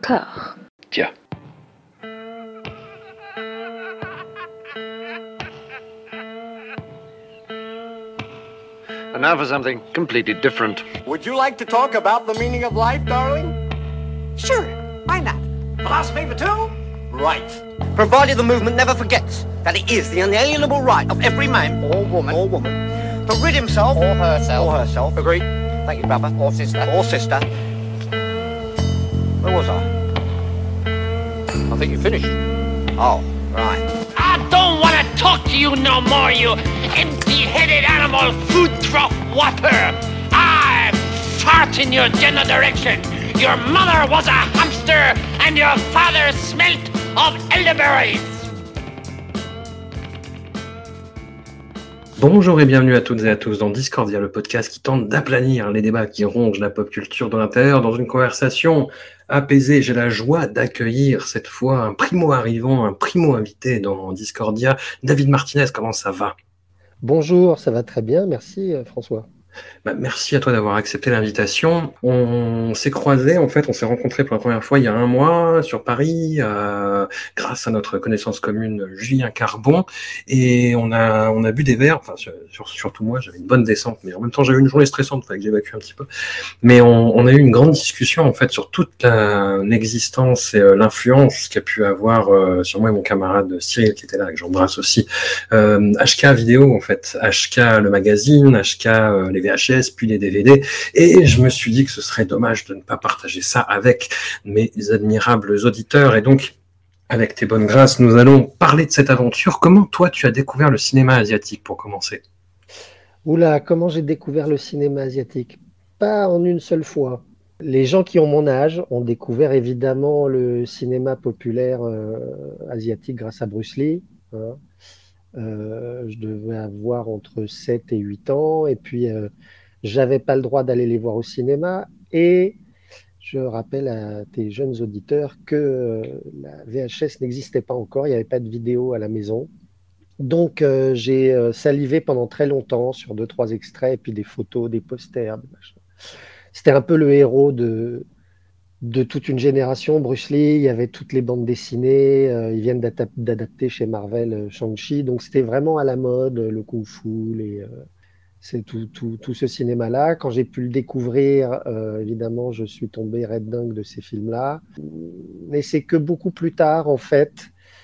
D'accord. Tiens. And now for something completely different. Would you like to talk about the meaning of life, darling? Sure, why not? Philosophy for two? Right. Provided the movement never forgets that it is the unalienable right of every man or woman to rid himself or herself. Agreed. Thank you, brother or sister. Where was I? I think you finished. Oh, right. I don't want to talk to you no more, you empty-headed animal food trough whopper. I fart in your general direction. Your mother was a hamster and your father smelt of elderberries. Bonjour et bienvenue à toutes et à tous dans Discordia, le podcast qui tente d'aplanir les débats qui rongent la pop culture de l'intérieur dans une conversation apaisée. J'ai la joie d'accueillir cette fois un primo-arrivant, un primo-invité dans Discordia. David Martinez, comment ça va ? Bonjour, ça va très bien, merci François. Merci à toi d'avoir accepté l'invitation. On s'est croisés, en fait, on s'est rencontrés pour la première fois il y a un mois sur Paris, grâce à notre connaissance commune Julien Carbon, et on a bu des verres. Enfin, surtout moi, j'avais une bonne descente, mais en même temps j'avais une journée stressante, il fallait que j'évacue un petit peu. Mais on a eu une grande discussion en fait sur toute l'existence et l'influence qu'a pu avoir sur moi et mon camarade Cyril qui était là, que j'embrasse aussi. HK vidéo en fait, HK le magazine, HK les VHS, puis les DVD, et je me suis dit que ce serait dommage de ne pas partager ça avec mes admirables auditeurs, et donc, avec tes bonnes grâces, nous allons parler de cette aventure. Comment, toi, tu as découvert le cinéma asiatique, pour commencer ? Oula, comment j'ai découvert le cinéma asiatique ? Pas en une seule fois. Les gens qui ont mon âge ont découvert évidemment le cinéma populaire asiatique grâce à Bruce Lee, hein. Je devais avoir entre 7 et 8 ans, et puis j'avais pas le droit d'aller les voir au cinéma, et je rappelle à tes jeunes auditeurs que la VHS n'existait pas encore, il n'y avait pas de vidéo à la maison. Donc j'ai salivé pendant très longtemps sur 2-3 extraits, et puis des photos, des posters, des machins. C'était un peu le héros de toute une génération. Bruce Lee, il y avait toutes les bandes dessinées, ils viennent d'adapter chez Marvel Shang-Chi, donc c'était vraiment à la mode, le kung-fu, c'est tout ce cinéma-là. Quand j'ai pu le découvrir, évidemment, je suis tombé red dingue de ces films-là. Mais c'est que beaucoup plus tard, en fait,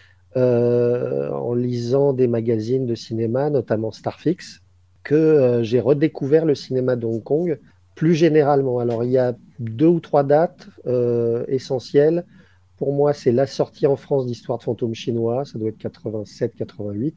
en lisant des magazines de cinéma, notamment Starfix, que j'ai redécouvert le cinéma de Hong Kong plus généralement. Alors, il y a 2 ou 3 dates essentielles. Pour moi, c'est la sortie en France d'Histoire de fantômes chinois, ça doit être 87-88.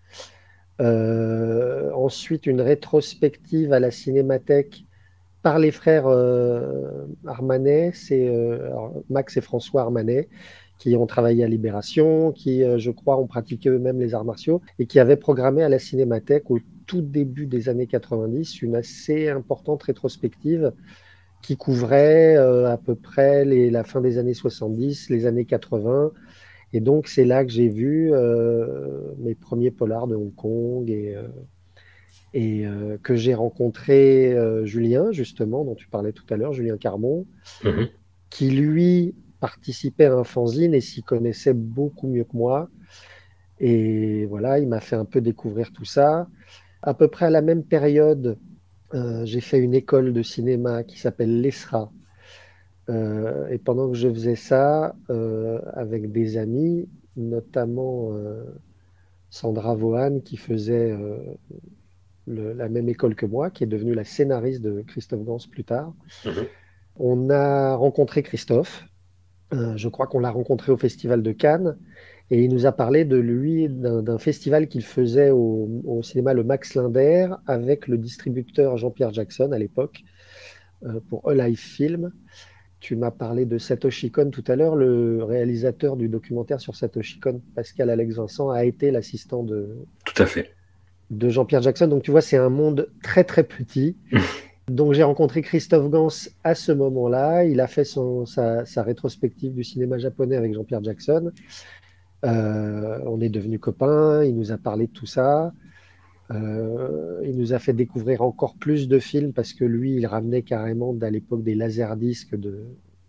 Ensuite, une rétrospective à la Cinémathèque par les frères Armanet, c'est Max et François Armanet, qui ont travaillé à Libération, qui, je crois, ont pratiqué eux-mêmes les arts martiaux, et qui avaient programmé à la Cinémathèque au tout début des années 90 une assez importante rétrospective qui couvrait à peu près la fin des années 70, les années 80. Et donc, c'est là que j'ai vu mes premiers polars de Hong Kong, et que j'ai rencontré Julien, justement, dont tu parlais tout à l'heure, Julien Carbon, qui, lui, participait à un fanzine et s'y connaissait beaucoup mieux que moi. Et voilà, il m'a fait un peu découvrir tout ça. À peu près à la même période, j'ai fait une école de cinéma qui s'appelle l'ESRA. Et pendant que je faisais ça, avec des amis, notamment Sandra Vaughan, qui faisait la même école que moi, qui est devenue la scénariste de Christophe Gans plus tard. On a rencontré Christophe. Je crois qu'on l'a rencontré au Festival de Cannes, et il nous a parlé de lui, d'un festival qu'il faisait au cinéma Le Max Linder avec le distributeur Jean-Pierre Jackson à l'époque, pour Alive Film. Tu m'as parlé de Satoshi Kon tout à l'heure, le réalisateur du documentaire sur Satoshi Kon, Pascal Alex Vincent, a été l'assistant Tout à fait. de Jean-Pierre Jackson. Donc tu vois, c'est un monde très très petit. Donc j'ai rencontré Christophe Gans à ce moment-là. Il a fait sa rétrospective du cinéma japonais avec Jean-Pierre Jackson. On est devenus copains, il nous a parlé de tout ça. Il nous a fait découvrir encore plus de films parce que lui, il ramenait carrément à l'époque des laserdiscs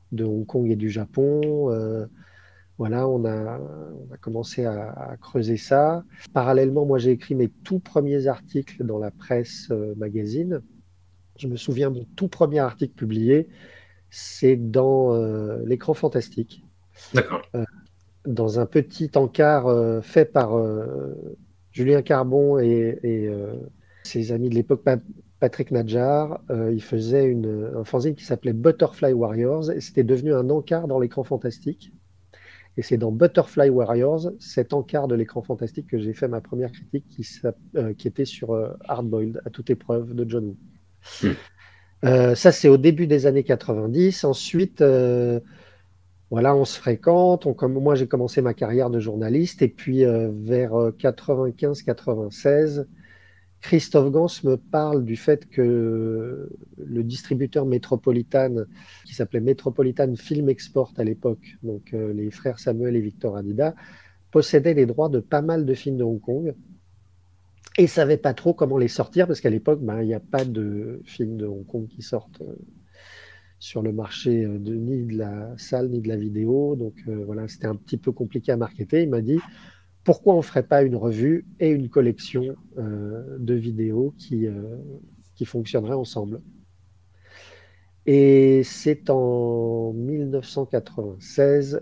de Hong Kong et du Japon. Voilà, on a commencé à creuser ça. Parallèlement, moi, j'ai écrit mes tout premiers articles dans la presse magazine. Je me souviens, mon tout premier article publié, c'est dans l'Écran Fantastique, D'accord. dans un petit encart fait par Julien Carbon et ses amis de l'époque, Patrick Nadjar. Il faisait un fanzine qui s'appelait Butterfly Warriors et c'était devenu un encart dans l'Écran Fantastique. Et c'est dans Butterfly Warriors, cet encart de l'Écran Fantastique, que j'ai fait ma première critique qui était sur Hardboiled, à toute épreuve de John Woo. Ça, c'est au début des années 90. Ensuite, voilà, on se fréquente. Moi, j'ai commencé ma carrière de journaliste. Et puis, vers 95-96, Christophe Gans me parle du fait que le distributeur Metropolitan, qui s'appelait Metropolitan Film Export à l'époque, donc les frères Samuel et Victor Adida, possédait les droits de pas mal de films de Hong Kong et savait pas trop comment les sortir parce qu'à l'époque, il n'y a pas de films de Hong Kong qui sortent sur le marché ni de la salle ni de la vidéo. Donc voilà, c'était un petit peu compliqué à marketer. Il m'a dit pourquoi on ne ferait pas une revue et une collection de vidéos qui fonctionneraient ensemble. Et c'est en 1996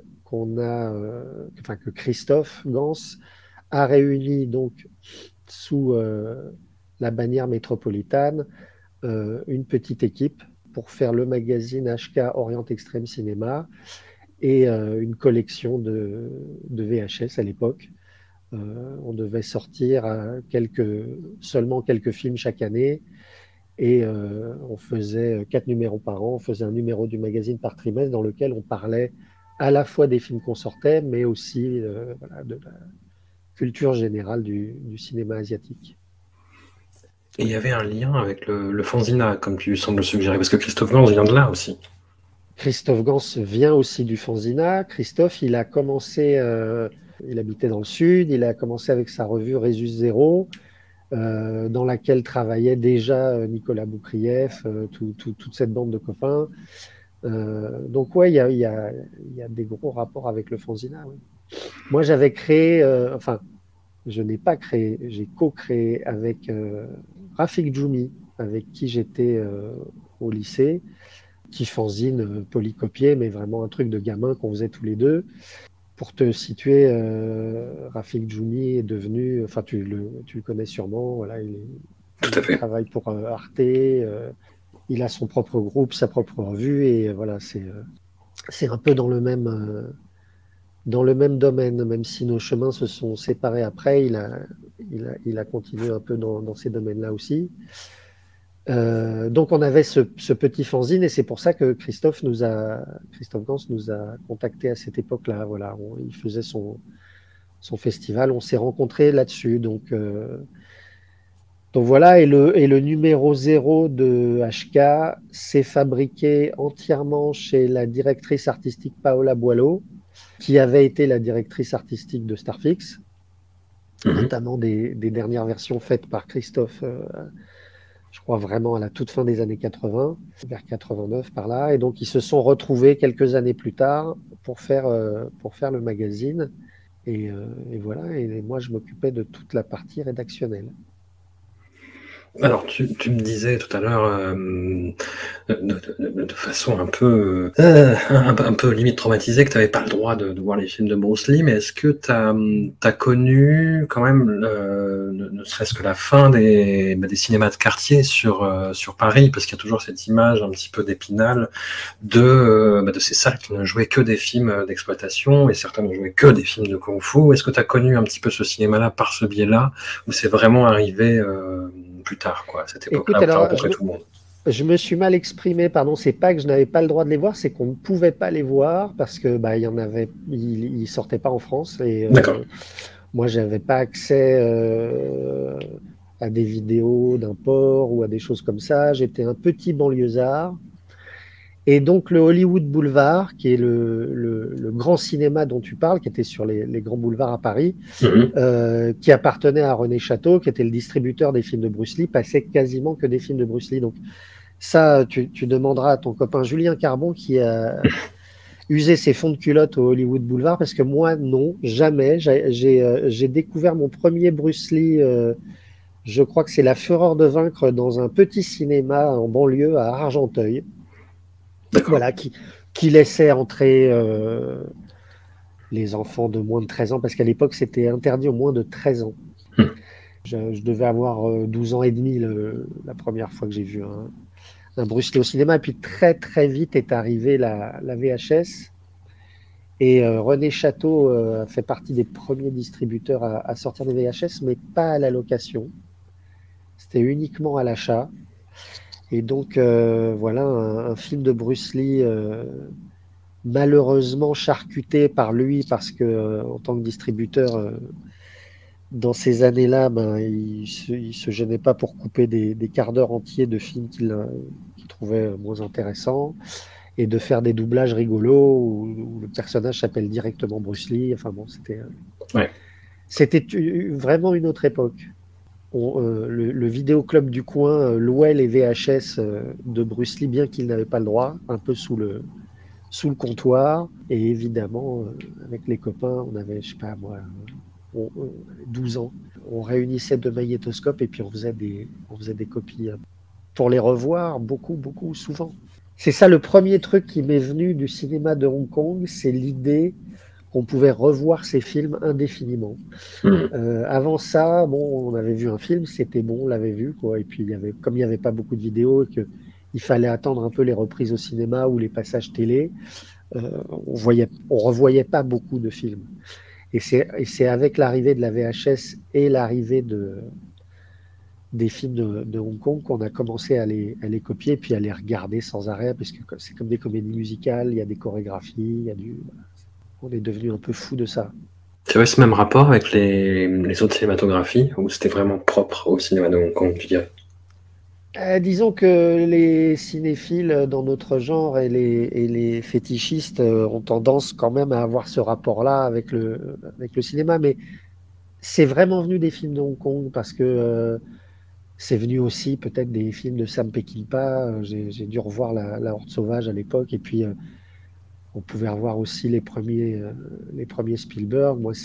que Christophe Gans a réuni donc sous la bannière métropolitaine une petite équipe pour faire le magazine HK Orient Extreme Cinéma et une collection de VHS à l'époque. On devait sortir seulement quelques films chaque année et on faisait 4 numéros par an. On faisait un numéro du magazine par trimestre dans lequel on parlait à la fois des films qu'on sortait, mais aussi voilà, de la culture générale du cinéma asiatique. Et il y avait un lien avec le Fanzina, comme tu sembles suggérer, parce que Christophe Gans vient de là aussi. Christophe Gans vient aussi du Fanzina. Christophe, il a commencé, il habitait dans le sud, il a commencé avec sa revue Résus Zéro, dans laquelle travaillait déjà Nicolas Boukrieff, toute cette bande de copains. Donc ouais, il y a des gros rapports avec le Fanzina. Ouais. Moi, j'avais créé, je n'ai pas créé, j'ai co-créé avec Rafik Djoumi, avec qui j'étais au lycée, petit fanzine polycopié, mais vraiment un truc de gamin qu'on faisait tous les deux. Pour te situer, Rafik Djoumi est devenu, tu le connais sûrement, voilà, il travaille pour Arte, il a son propre groupe, sa propre revue, et voilà, c'est un peu dans le même domaine, même si nos chemins se sont séparés après, il a continué un peu dans ces domaines-là aussi. Donc on avait ce petit fanzine et c'est pour ça que Christophe Gans nous a contactés à cette époque-là. Voilà, il faisait son festival, on s'est rencontrés là-dessus. Donc voilà, et le numéro 0 de HK s'est fabriqué entièrement chez la directrice artistique Paola Boileau, qui avait été la directrice artistique de Starfix, notamment des dernières versions faites par Christophe. Je crois vraiment à la toute fin des années 80, vers 89 par là. Et donc, ils se sont retrouvés quelques années plus tard pour faire le magazine. Et voilà, et moi, je m'occupais de toute la partie rédactionnelle. Alors, tu me disais tout à l'heure, de façon un peu limite traumatisée, que tu n'avais pas le droit de voir les films de Bruce Lee, mais est-ce que tu as connu quand même, ne serait-ce que la fin des cinémas de quartier sur Paris, parce qu'il y a toujours cette image un petit peu d'Épinal de ces salles qui ne jouaient que des films d'exploitation, et certains ne jouaient que des films de kung-fu. Est-ce que tu as connu un petit peu ce cinéma-là par ce biais-là, ou c'est vraiment arrivé plus tard, quoi, à cette époque-là, où tu as rencontré tout le monde? Je me suis mal exprimé, pardon, c'est pas que je n'avais pas le droit de les voir, c'est qu'on ne pouvait pas les voir parce que il y en avait, ils sortaient pas en France et moi j'avais pas accès à des vidéos d'import ou à des choses comme ça. J'étais un petit banlieusard et donc le Hollywood Boulevard, qui est le grand cinéma dont tu parles, qui était sur les grands boulevards à Paris, qui appartenait à René Château, qui était le distributeur des films de Bruce Lee, passait quasiment que des films de Bruce Lee. Donc ça, tu demanderas à ton copain Julien Carbon qui a user ses fonds de culotte au Hollywood Boulevard, parce que moi, non, jamais. J'ai découvert mon premier Bruce Lee, je crois que c'est La Fureur de vaincre, dans un petit cinéma en banlieue à Argenteuil. D'accord. Voilà, qui laissait entrer les enfants de moins de 13 ans, parce qu'à l'époque, c'était interdit aux moins de 13 ans. Je devais avoir 12 ans et demi la première fois que j'ai vu un Bruce Lee au cinéma. Et puis très très vite est arrivée la VHS. Et René Château fait partie des premiers distributeurs à sortir des VHS, mais pas à la location. C'était uniquement à l'achat. Et donc voilà un film de Bruce Lee malheureusement charcuté par lui, parce que en tant que distributeur, dans ces années-là, il se gênait pas pour couper des quarts d'heure entiers de films qu'il trouvait moins intéressants, et de faire des doublages rigolos où le personnage s'appelle directement Bruce Lee. Enfin bon, c'était vraiment une autre époque. Le vidéoclub du coin louait les VHS de Bruce Lee, bien qu'il n'avait pas le droit, un peu sous le comptoir. Et évidemment, avec les copains, on avait, je sais pas moi, 12 ans. On réunissait 2 magnétoscopes et puis on faisait des copies pour les revoir beaucoup, souvent. C'est ça le premier truc qui m'est venu du cinéma de Hong Kong, c'est l'idée qu'on pouvait revoir ces films indéfiniment. Avant ça, bon, on avait vu un film, c'était bon, on l'avait vu, quoi. Et puis comme il n'y avait pas beaucoup de vidéos et qu'il fallait attendre un peu les reprises au cinéma ou les passages télé, on revoyait pas beaucoup de films. Et c'est avec l'arrivée de la VHS et l'arrivée des films de Hong Kong qu'on a commencé à les copier, puis à les regarder sans arrêt, parce que c'est comme des comédies musicales, il y a des chorégraphies, on est devenu un peu fou de ça. Tu avais ce même rapport avec les autres cinématographies, ou c'était vraiment propre au cinéma de Hong Kong, tu dirais? Disons que les cinéphiles dans notre genre et les fétichistes ont tendance quand même à avoir ce rapport-là avec le cinéma, mais c'est vraiment venu des films de Hong Kong, parce que c'est venu aussi peut-être des films de Sam Peckinpah. J'ai dû revoir la Horde sauvage à l'époque, et puis on pouvait revoir aussi les premiers Spielberg. Moi,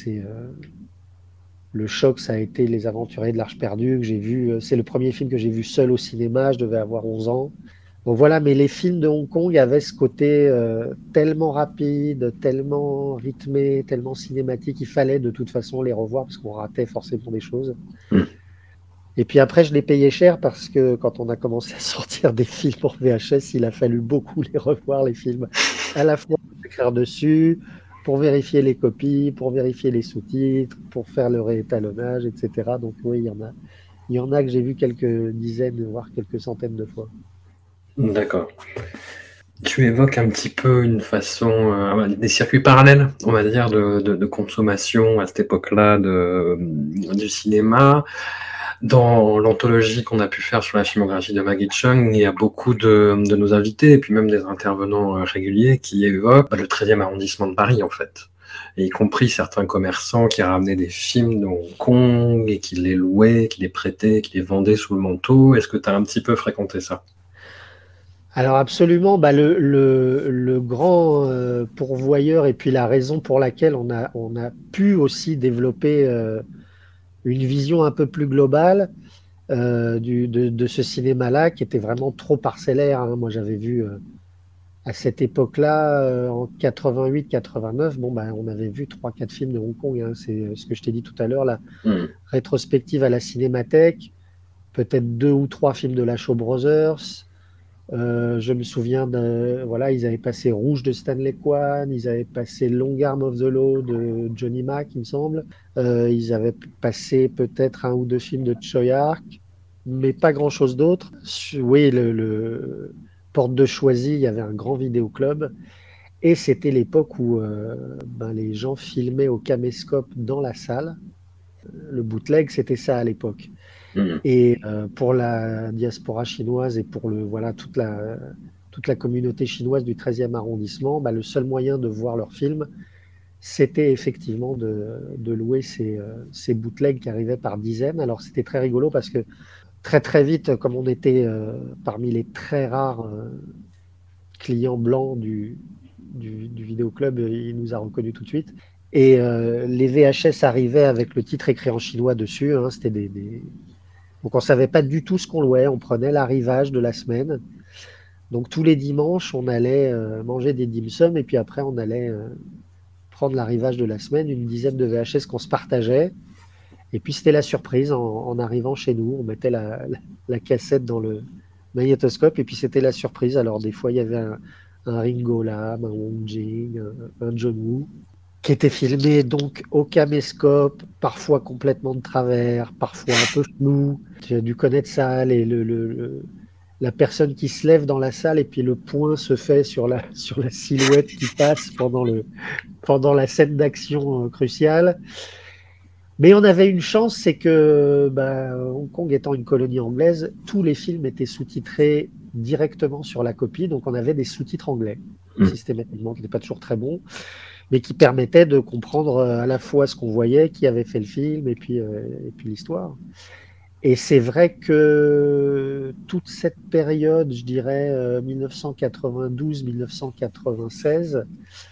le choc, ça a été Les Aventuriers de l'Arche perdue, que j'ai vu. C'est le premier film que j'ai vu seul au cinéma. Je devais avoir 11 ans. Bon, voilà, mais les films de Hong Kong avaient ce côté tellement rapide, tellement rythmé, tellement cinématique. Il fallait de toute façon les revoir, parce qu'on ratait forcément des choses. Et puis après, je l'ai payé cher, parce que quand on a commencé à sortir des films en VHS, il a fallu beaucoup les revoir, les films, à la fois pour écrire dessus, pour vérifier les copies, pour vérifier les sous-titres, pour faire le réétalonnage, etc. Donc oui, il y en a que j'ai vu quelques dizaines, voire quelques centaines de fois. D'accord. Tu évoques un petit peu une façon, des circuits parallèles, on va dire, de consommation à cette époque-là du cinéma. Dans l'anthologie qu'on a pu faire sur la filmographie de Maggie Cheung, il y a beaucoup de nos invités, et puis même des intervenants réguliers, qui évoquent le 13e arrondissement de Paris, en fait. Et y compris certains commerçants qui ramenaient des films de Hong Kong et qui les louaient, qui les prêtaient, qui les vendaient sous le manteau. Est-ce que tu as un petit peu fréquenté ça? Alors absolument, le grand pourvoyeur, et puis la raison pour laquelle on a pu aussi développer une vision un peu plus globale de ce cinéma-là, qui était vraiment trop parcellaire, hein. Moi, j'avais vu à cette époque-là, en 88-89, on avait vu 3-4 films de Hong Kong, hein. C'est ce que je t'ai dit tout à l'heure, la rétrospective à la Cinémathèque, peut-être 2 ou 3 films de la Shaw Brothers. Je me souviens ils avaient passé Rouge de Stanley Kwan, ils avaient passé Long Arm of the Law de Johnny Mac, il me semble. Ils avaient passé peut-être 1 ou 2 films de Choi Ark, mais pas grand-chose d'autre. Oui, le Porte de Choisy, il y avait un grand vidéoclub, et c'était l'époque où les gens filmaient au caméscope dans la salle. Le bootleg, c'était ça à l'époque. Et pour la diaspora chinoise et pour toute la communauté chinoise du 13e arrondissement, le seul moyen de voir leurs films, c'était effectivement de louer ces bootlegs qui arrivaient par dizaines. Alors c'était très rigolo, parce que très très vite, comme on était parmi les très rares clients blancs du vidéoclub, il nous a reconnus tout de suite. Et les VHS arrivaient avec le titre écrit en chinois dessus. Hein, c'était Donc on savait pas du tout ce qu'on louait. On prenait l'arrivage de la semaine. Donc tous les dimanches, on allait manger des dim sum et puis après on allait prendre l'arrivage de la semaine, une dizaine de VHS qu'on se partageait. Et puis c'était la surprise en arrivant chez nous. On mettait la cassette dans le magnétoscope et puis c'était la surprise. Alors des fois il y avait un Ringo Lam, un Wong Jing, un John Woo, qui était filmé donc au caméscope, parfois complètement de travers, parfois un peu flou. Tu as dû connaître ça, la personne qui se lève dans la salle et puis le point se fait sur la silhouette qui passe pendant la scène d'action cruciale. Mais on avait une chance, c'est que Hong Kong étant une colonie anglaise, tous les films étaient sous-titrés directement sur la copie, donc on avait des sous-titres anglais, systématiquement, qui n'étaient pas toujours très bons, mais qui permettaient de comprendre à la fois ce qu'on voyait, qui avait fait le film, et puis l'histoire. Et c'est vrai que toute cette période, je dirais 1992-1996,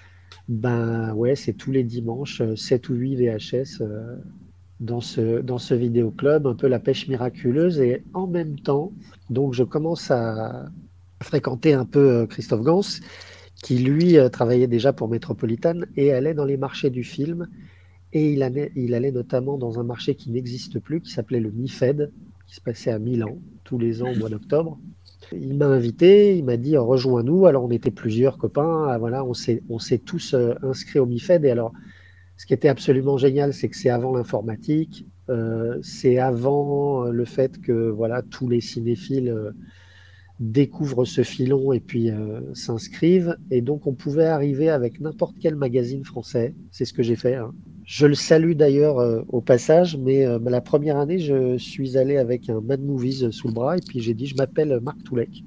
c'est tous les dimanches, 7 ou 8 VHS dans ce vidéoclub, un peu la pêche miraculeuse. Et en même temps, donc je commence à fréquenter un peu Christophe Gans, qui lui travaillait déjà pour Metropolitan et allait dans les marchés du film. Et il allait notamment dans un marché qui n'existe plus, qui s'appelait le MIFED, qui se passait à Milan, tous les ans au mois d'octobre. Il m'a invité, il m'a dit rejoins-nous. Alors on était plusieurs copains, voilà, on s'est tous inscrits au MIFED. Et alors, ce qui était absolument génial, c'est que c'est avant l'informatique, c'est avant le fait que voilà tous les cinéphiles découvrent ce filon et puis s'inscrivent. Et donc on pouvait arriver avec n'importe quel magazine français. C'est ce que j'ai fait. Hein. Je le salue d'ailleurs au passage, mais la première année, je suis allé avec un Mad Movies sous le bras et puis j'ai dit, je m'appelle Marc Toulek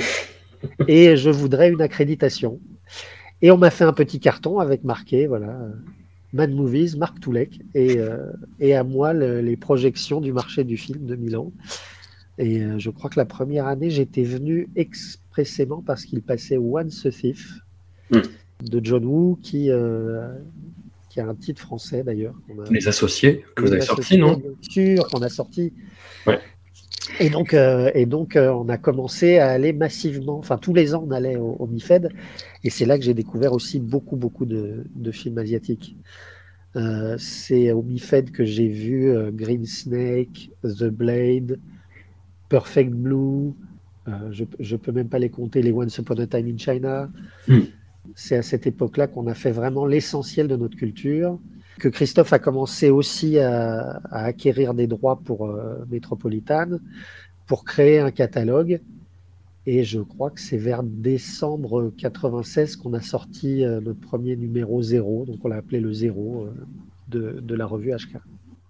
et je voudrais une accréditation. Et on m'a fait un petit carton avec marqué, voilà, Mad Movies, Marc Toulek, et à moi les projections du marché du film de Milan. Et je crois que la première année, j'étais venu expressément parce qu'il passait Once a Thief de John Woo, qui a un titre français d'ailleurs. Les Associés, que vous avez sorti, non ? Bien sûr, qu'on a sorti. Ouais. Et donc, on a commencé à aller massivement, enfin tous les ans, on allait au MIFED, et c'est là que j'ai découvert aussi beaucoup de films asiatiques. C'est au MIFED que j'ai vu Green Snake, The Blade, Perfect Blue, je peux même pas les compter, les Once Upon a Time in China. C'est à cette époque-là qu'on a fait vraiment l'essentiel de notre culture, que Christophe a commencé aussi à acquérir des droits pour Metropolitan, pour créer un catalogue. Et je crois que c'est vers décembre 96 qu'on a sorti notre premier numéro 0, donc on l'a appelé le 0 de la revue HK.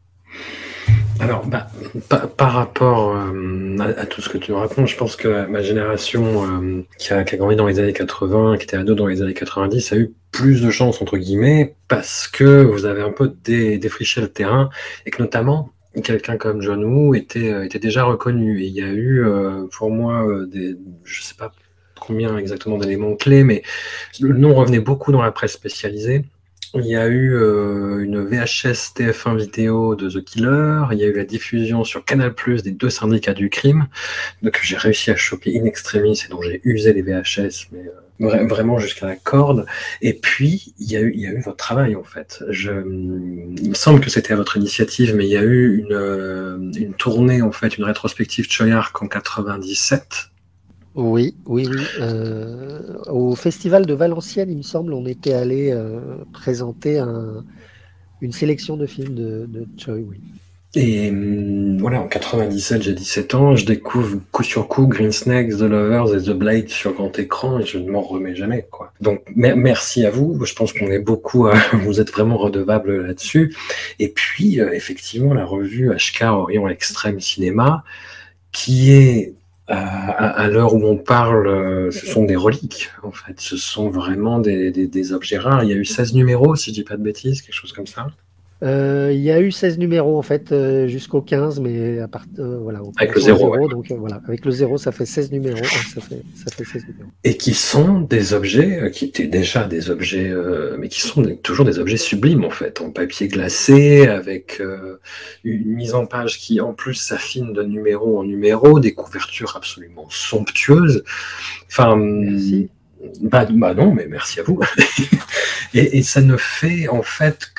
Alors, par rapport à tout ce que tu me racontes, je pense que ma génération qui a grandi dans les années 80, qui était ado dans les années 90, a eu plus de chance, entre guillemets, parce que vous avez un peu défriché le terrain, et que notamment, quelqu'un comme John Woo était déjà reconnu. Et il y a eu, pour moi, je sais pas combien exactement d'éléments clés, mais le nom revenait beaucoup dans la presse spécialisée. Il y a eu une VHS TF1 vidéo de The Killer, il y a eu la diffusion sur Canal+ des 2 syndicats du crime, donc j'ai réussi à choper in extremis et dont j'ai usé les VHS, mais vraiment jusqu'à la corde. Et puis il y a eu votre travail en fait. Il me semble que c'était à votre initiative, mais il y a eu une tournée en fait, une rétrospective Choyark en 97. Oui. Au Festival de Valenciennes, il me semble, on était allé présenter une sélection de films de Choi, oui. Et voilà, en 97, j'ai 17 ans, je découvre coup sur coup Green Snake, The Lovers et The Blade sur grand écran et je ne m'en remets jamais, quoi. Donc, merci à vous. Je pense qu'on est beaucoup vous êtes vraiment redevables là-dessus. Et puis, effectivement, la revue HK Orient Extrême Cinéma, qui est à l'heure où on parle, ce sont des reliques, en fait. Ce sont vraiment des objets rares. Il y a eu 16 numéros, si je dis pas de bêtises, quelque chose comme ça. Il y a eu 16 numéros en fait, jusqu'au 15, mais voilà, on Avec le commence au 0, 0, ouais. donc voilà, avec le 0, ça fait 16 numéros. Ça fait 16 numéros. Et qui sont des objets, qui étaient déjà des objets, mais qui sont toujours des objets sublimes en fait, en papier glacé, avec une mise en page qui en plus s'affine de numéro en numéro, des couvertures absolument somptueuses. Enfin, Merci. bah non, mais merci à vous. Et ça ne fait en fait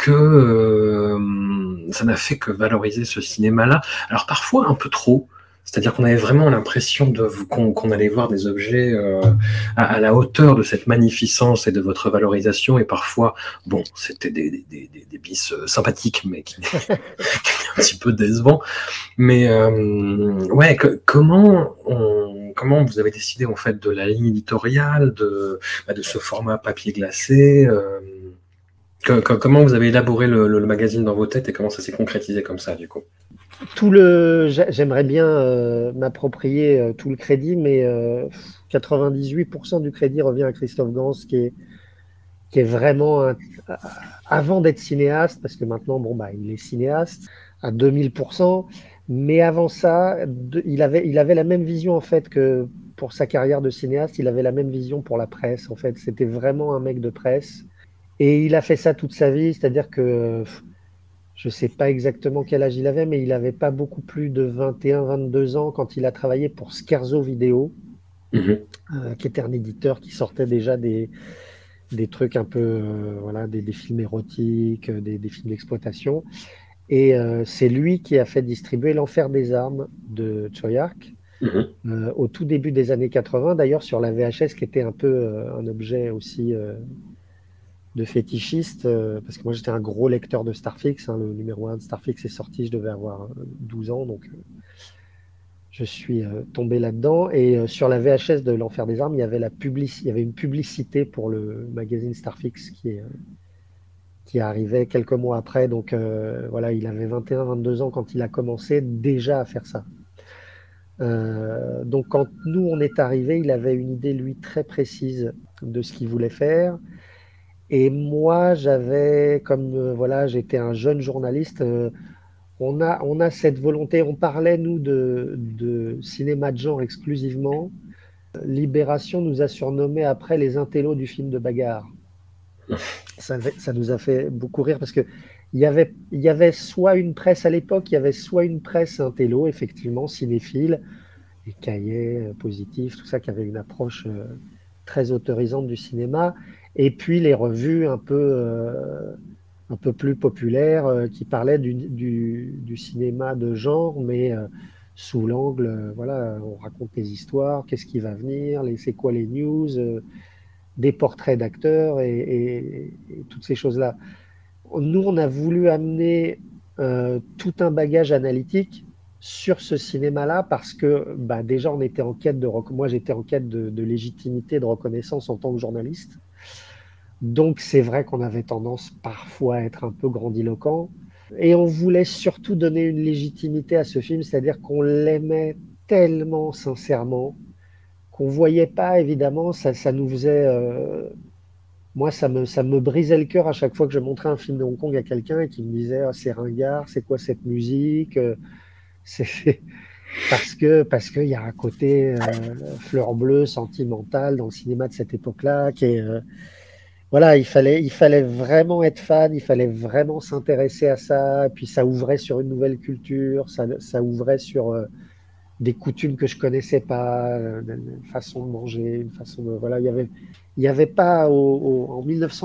ça n'a fait que valoriser ce cinéma-là. Alors parfois un peu trop. C'est-à-dire qu'on avait vraiment l'impression qu'on allait voir des objets à la hauteur de cette magnificence et de votre valorisation. Et parfois, bon, c'était des bis sympathiques, mais qui étaient un petit peu décevants. Mais ouais, comment vous avez décidé en fait de la ligne éditoriale, de ce format papier glacé comment vous avez élaboré le magazine dans vos têtes et comment ça s'est concrétisé comme ça, du coup? J'aimerais bien m'approprier tout le crédit, mais 98% du crédit revient à Christophe Gans, qui est vraiment avant d'être cinéaste, parce que maintenant, bon, bah, il est cinéaste à 2000%, mais avant ça, il avait la même vision en fait que pour sa carrière de cinéaste, il avait la même vision pour la presse. En fait, c'était vraiment un mec de presse, et il a fait ça toute sa vie, c'est-à-dire que je ne sais pas exactement quel âge il avait, mais il n'avait pas beaucoup plus de 21-22 ans quand il a travaillé pour Scherzo Vidéo, qui était un éditeur qui sortait déjà des trucs un peu, voilà, des films érotiques, des films d'exploitation. Et c'est lui qui a fait distribuer L'Enfer des armes de Choyark au tout début des années 80, d'ailleurs sur la VHS, qui était un peu un objet aussi de fétichiste, parce que moi j'étais un gros lecteur de Starfix, le numéro 1 de Starfix est sorti, je devais avoir 12 ans, donc je suis tombé là-dedans. Et sur la VHS de L'Enfer des armes, il y avait une publicité pour le magazine Starfix qui arrivait quelques mois après. Donc voilà, il avait 21-22 ans quand il a commencé déjà à faire ça. Donc quand nous on est arrivé, il avait une idée lui très précise de ce qu'il voulait faire. Et moi, voilà, j'étais un jeune journaliste. On a cette volonté. On parlait nous de cinéma de genre exclusivement. Libération nous a surnommés après les intellos du film de bagarre. Ça nous a fait beaucoup rire parce que il y avait soit une presse à l'époque, il y avait soit une presse intello, effectivement, cinéphile, les cahiers positifs, tout ça, qui avait une approche très autorisante du cinéma, et puis les revues un peu plus populaires qui parlaient du cinéma de genre, mais sous l'angle, voilà, on raconte des histoires, qu'est-ce qui va venir, c'est quoi les news, des portraits d'acteurs et toutes ces choses-là. Nous, on a voulu amener tout un bagage analytique sur ce cinéma-là parce que bah, déjà, on était en quête moi, j'étais en quête de légitimité, de reconnaissance en tant que journaliste. Donc, c'est vrai qu'on avait tendance parfois à être un peu grandiloquent. Et on voulait surtout donner une légitimité à ce film, c'est-à-dire qu'on l'aimait tellement sincèrement qu'on voyait pas, évidemment, ça nous faisait... moi, ça me brisait le cœur à chaque fois que je montrais un film de Hong Kong à quelqu'un et qu'il me disait oh, c'est ringard, c'est quoi cette musique c'est parce qu'il y a un côté fleur bleue, sentimental dans le cinéma de cette époque-là qui est... voilà, il fallait vraiment être fan, il fallait vraiment s'intéresser à ça, et puis ça ouvrait sur une nouvelle culture, ça ouvrait sur des coutumes que je connaissais pas, une façon de manger, une façon de... Voilà, il y avait pas en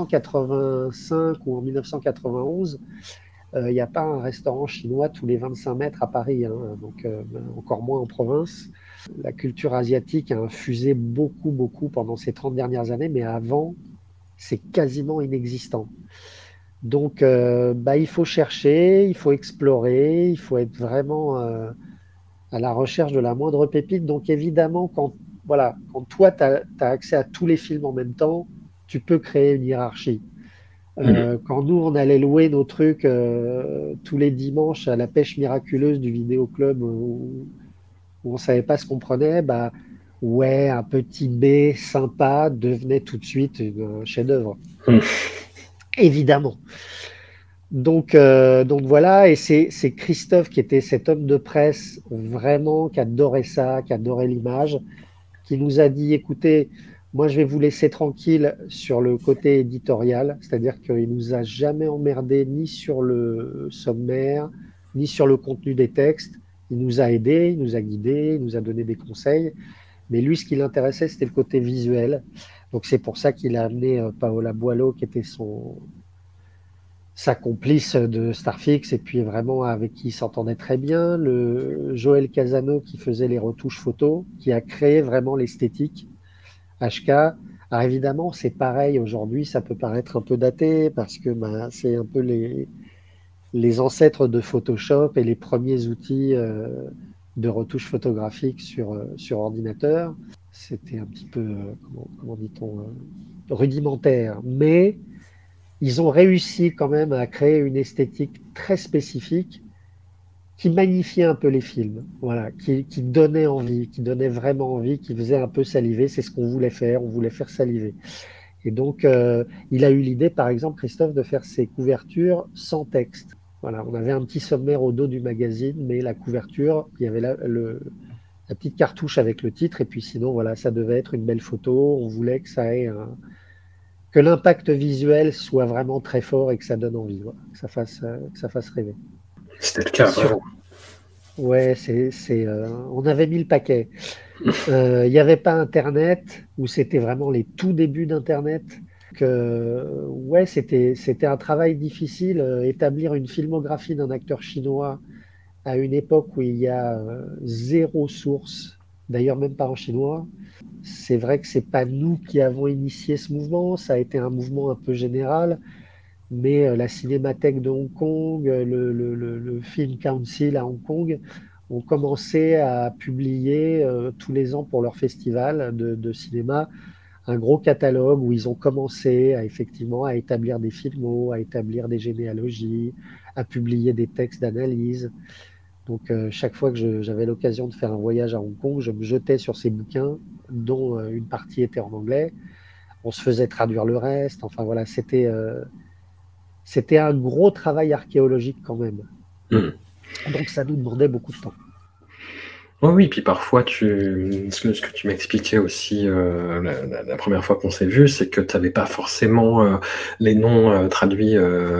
1985 ou en 1991, il n'y a pas un restaurant chinois tous les 25 mètres à Paris, hein, donc encore moins en province. La culture asiatique a infusé beaucoup, beaucoup pendant ces 30 dernières années, mais avant, c'est quasiment inexistant. Donc, bah, il faut chercher, il faut explorer, il faut être vraiment à la recherche de la moindre pépite. Donc, évidemment, voilà, quand toi, tu as accès à tous les films en même temps, tu peux créer une hiérarchie. Quand nous, on allait louer nos trucs tous les dimanches à la pêche miraculeuse du vidéoclub où on ne savait pas ce qu'on prenait, bah, ouais, un petit B sympa devenait tout de suite un chef-d'œuvre. Évidemment. Donc voilà, et c'est Christophe qui était cet homme de presse vraiment qui adorait ça, qui adorait l'image, qui nous a dit, écoutez, moi je vais vous laisser tranquille sur le côté éditorial, c'est-à-dire qu'il nous a jamais emmerdé ni sur le sommaire, ni sur le contenu des textes. Il nous a aidés, il nous a guidés, il nous a donné des conseils, mais lui ce qui l'intéressait c'était le côté visuel. Donc c'est pour ça qu'il a amené Paola Boileau qui était sa complice de Starfix et puis vraiment avec qui il s'entendait très bien, le Joël Casano qui faisait les retouches photos, qui a créé vraiment l'esthétique HK. Alors évidemment, c'est pareil aujourd'hui, ça peut paraître un peu daté parce que c'est un peu les ancêtres de Photoshop et les premiers outils de retouche photographique sur ordinateur. C'était un petit peu, comment dit-on, rudimentaire, mais ils ont réussi quand même à créer une esthétique très spécifique qui magnifiait un peu les films, voilà, qui donnait envie, qui donnait vraiment envie, qui faisait un peu saliver. C'est ce qu'on voulait faire, on voulait faire saliver. Et donc, il a eu l'idée, par exemple, Christophe, de faire ses couvertures sans texte. Voilà, on avait un petit sommaire au dos du magazine, mais la couverture, il y avait la petite cartouche avec le titre, et puis sinon, voilà, ça devait être une belle photo. On voulait que ça ait que l'impact visuel soit vraiment très fort et que ça donne envie, voilà, que ça fasse rêver. C'était le cas, vraiment. Ouais, on avait mis le paquet. Il n'y avait pas Internet, où c'était vraiment les tout débuts d'Internet. Ouais, c'était un travail difficile. Établir une filmographie d'un acteur chinois à une époque où il y a zéro source, d'ailleurs même pas en chinois. C'est vrai que c'est pas nous qui avons initié ce mouvement, ça a été un mouvement un peu général, mais la Cinémathèque de Hong Kong, le Film Council à Hong Kong ont commencé à publier tous les ans pour leur festival de cinéma un gros catalogue où ils ont commencé effectivement à établir des filmos, à établir des généalogies, à publier des textes d'analyse. Donc chaque fois que j'avais l'occasion de faire un voyage à Hong Kong, je me jetais sur ces bouquins dont une partie était en anglais. On se faisait traduire le reste. Enfin voilà, c'était un gros travail archéologique quand même. Donc ça nous demandait beaucoup de temps. Oh oui, puis parfois, ce que tu m'expliquais aussi la première fois qu'on s'est vu, c'est que tu n'avais pas forcément les noms traduits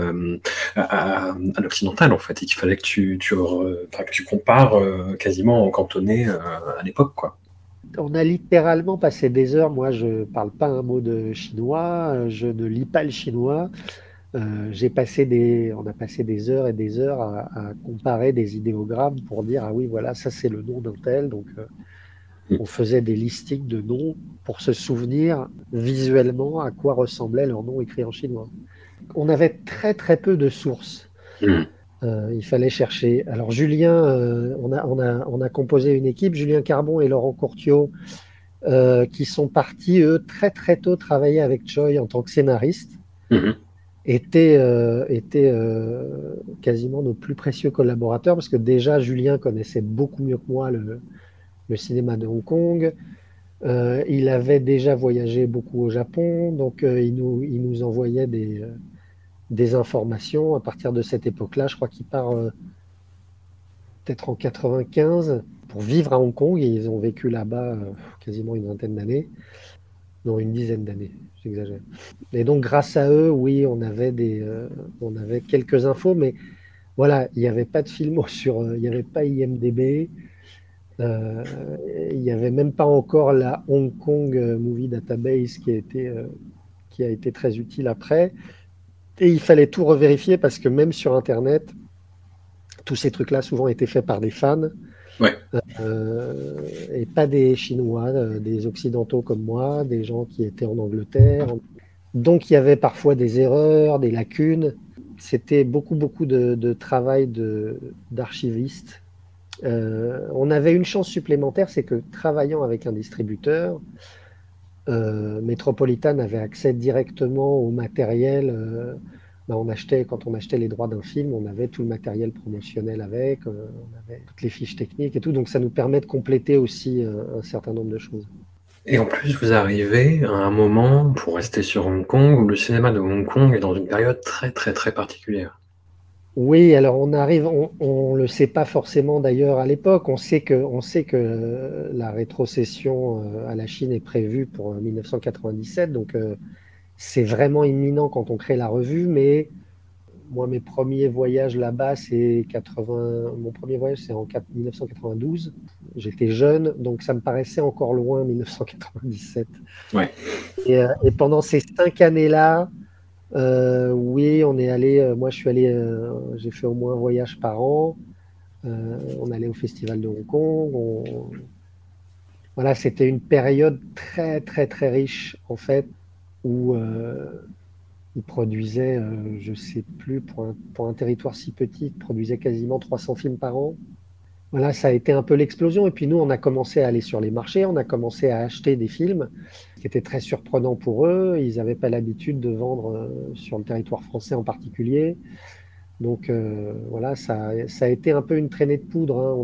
à l'occidental, en fait, et qu'il fallait que tu compares quasiment en cantonais à l'époque, quoi. On a littéralement passé des heures. Moi, je ne parle pas un mot de chinois, je ne lis pas le chinois. On a passé des heures et des heures à comparer des idéogrammes pour dire, ah oui, voilà, ça c'est le nom d'un tel. Donc, on faisait des listings de noms pour se souvenir visuellement à quoi ressemblait leur nom écrit en chinois. On avait très très peu de sources. Il fallait chercher. Alors Julien, on a composé une équipe, Julien Carbon et Laurent Courtiot, qui sont partis, eux, très très tôt travailler avec Choi en tant que scénaristes. Étaient quasiment nos plus précieux collaborateurs, parce que déjà Julien connaissait beaucoup mieux que moi le cinéma de Hong Kong. Il avait déjà voyagé beaucoup au Japon, donc il nous envoyait des informations à partir de cette époque-là. Je crois qu'il part peut-être en 95 pour vivre à Hong Kong, et ils ont vécu là-bas quasiment une vingtaine d'années. Non, une dizaine d'années, j'exagère. Et donc, grâce à eux, oui, on avait quelques infos, mais voilà, il n'y avait pas de film il n'y avait pas IMDb, il n'y avait même pas encore la Hong Kong Movie Database qui a été très utile après. Et il fallait tout revérifier parce que même sur Internet, tous ces trucs-là souvent étaient faits par des fans. Ouais. Et pas des Chinois, des Occidentaux comme moi, des gens qui étaient en Angleterre. Donc il y avait parfois des erreurs, des lacunes. C'était beaucoup de travail d'archiviste. On avait une chance supplémentaire, c'est que travaillant avec un distributeur, Metropolitan avait accès directement au matériel. Quand on achetait les droits d'un film, on avait tout le matériel promotionnel avec, on avait toutes les fiches techniques et tout, donc ça nous permet de compléter aussi un certain nombre de choses. Et en plus, vous arrivez à un moment, pour rester sur Hong Kong, où le cinéma de Hong Kong est dans une période très très très particulière. Oui, alors on le sait pas forcément d'ailleurs à l'époque. On sait que la rétrocession à la Chine est prévue pour 1997, donc c'est vraiment imminent quand on crée la revue. Mais moi, mes premiers voyages là-bas, c'est 80. Mon premier voyage, c'est en 1992. J'étais jeune, donc ça me paraissait encore loin, 1997. Ouais. Et pendant ces 5 années-là, oui, on est allé. Moi, je suis allé. J'ai fait au moins un voyage par an. On allait au Festival de Hong Kong. Voilà, c'était une période très, très, très riche, en fait, où ils produisaient, je sais plus, pour un territoire si petit, ils produisaient quasiment 300 films par an. Voilà, ça a été un peu l'explosion. Et puis nous, on a commencé à aller sur les marchés, on a commencé à acheter des films, ce qui était très surprenant pour eux. Ils n'avaient pas l'habitude de vendre sur le territoire français en particulier. Donc voilà, ça a été un peu une traînée de poudre, hein.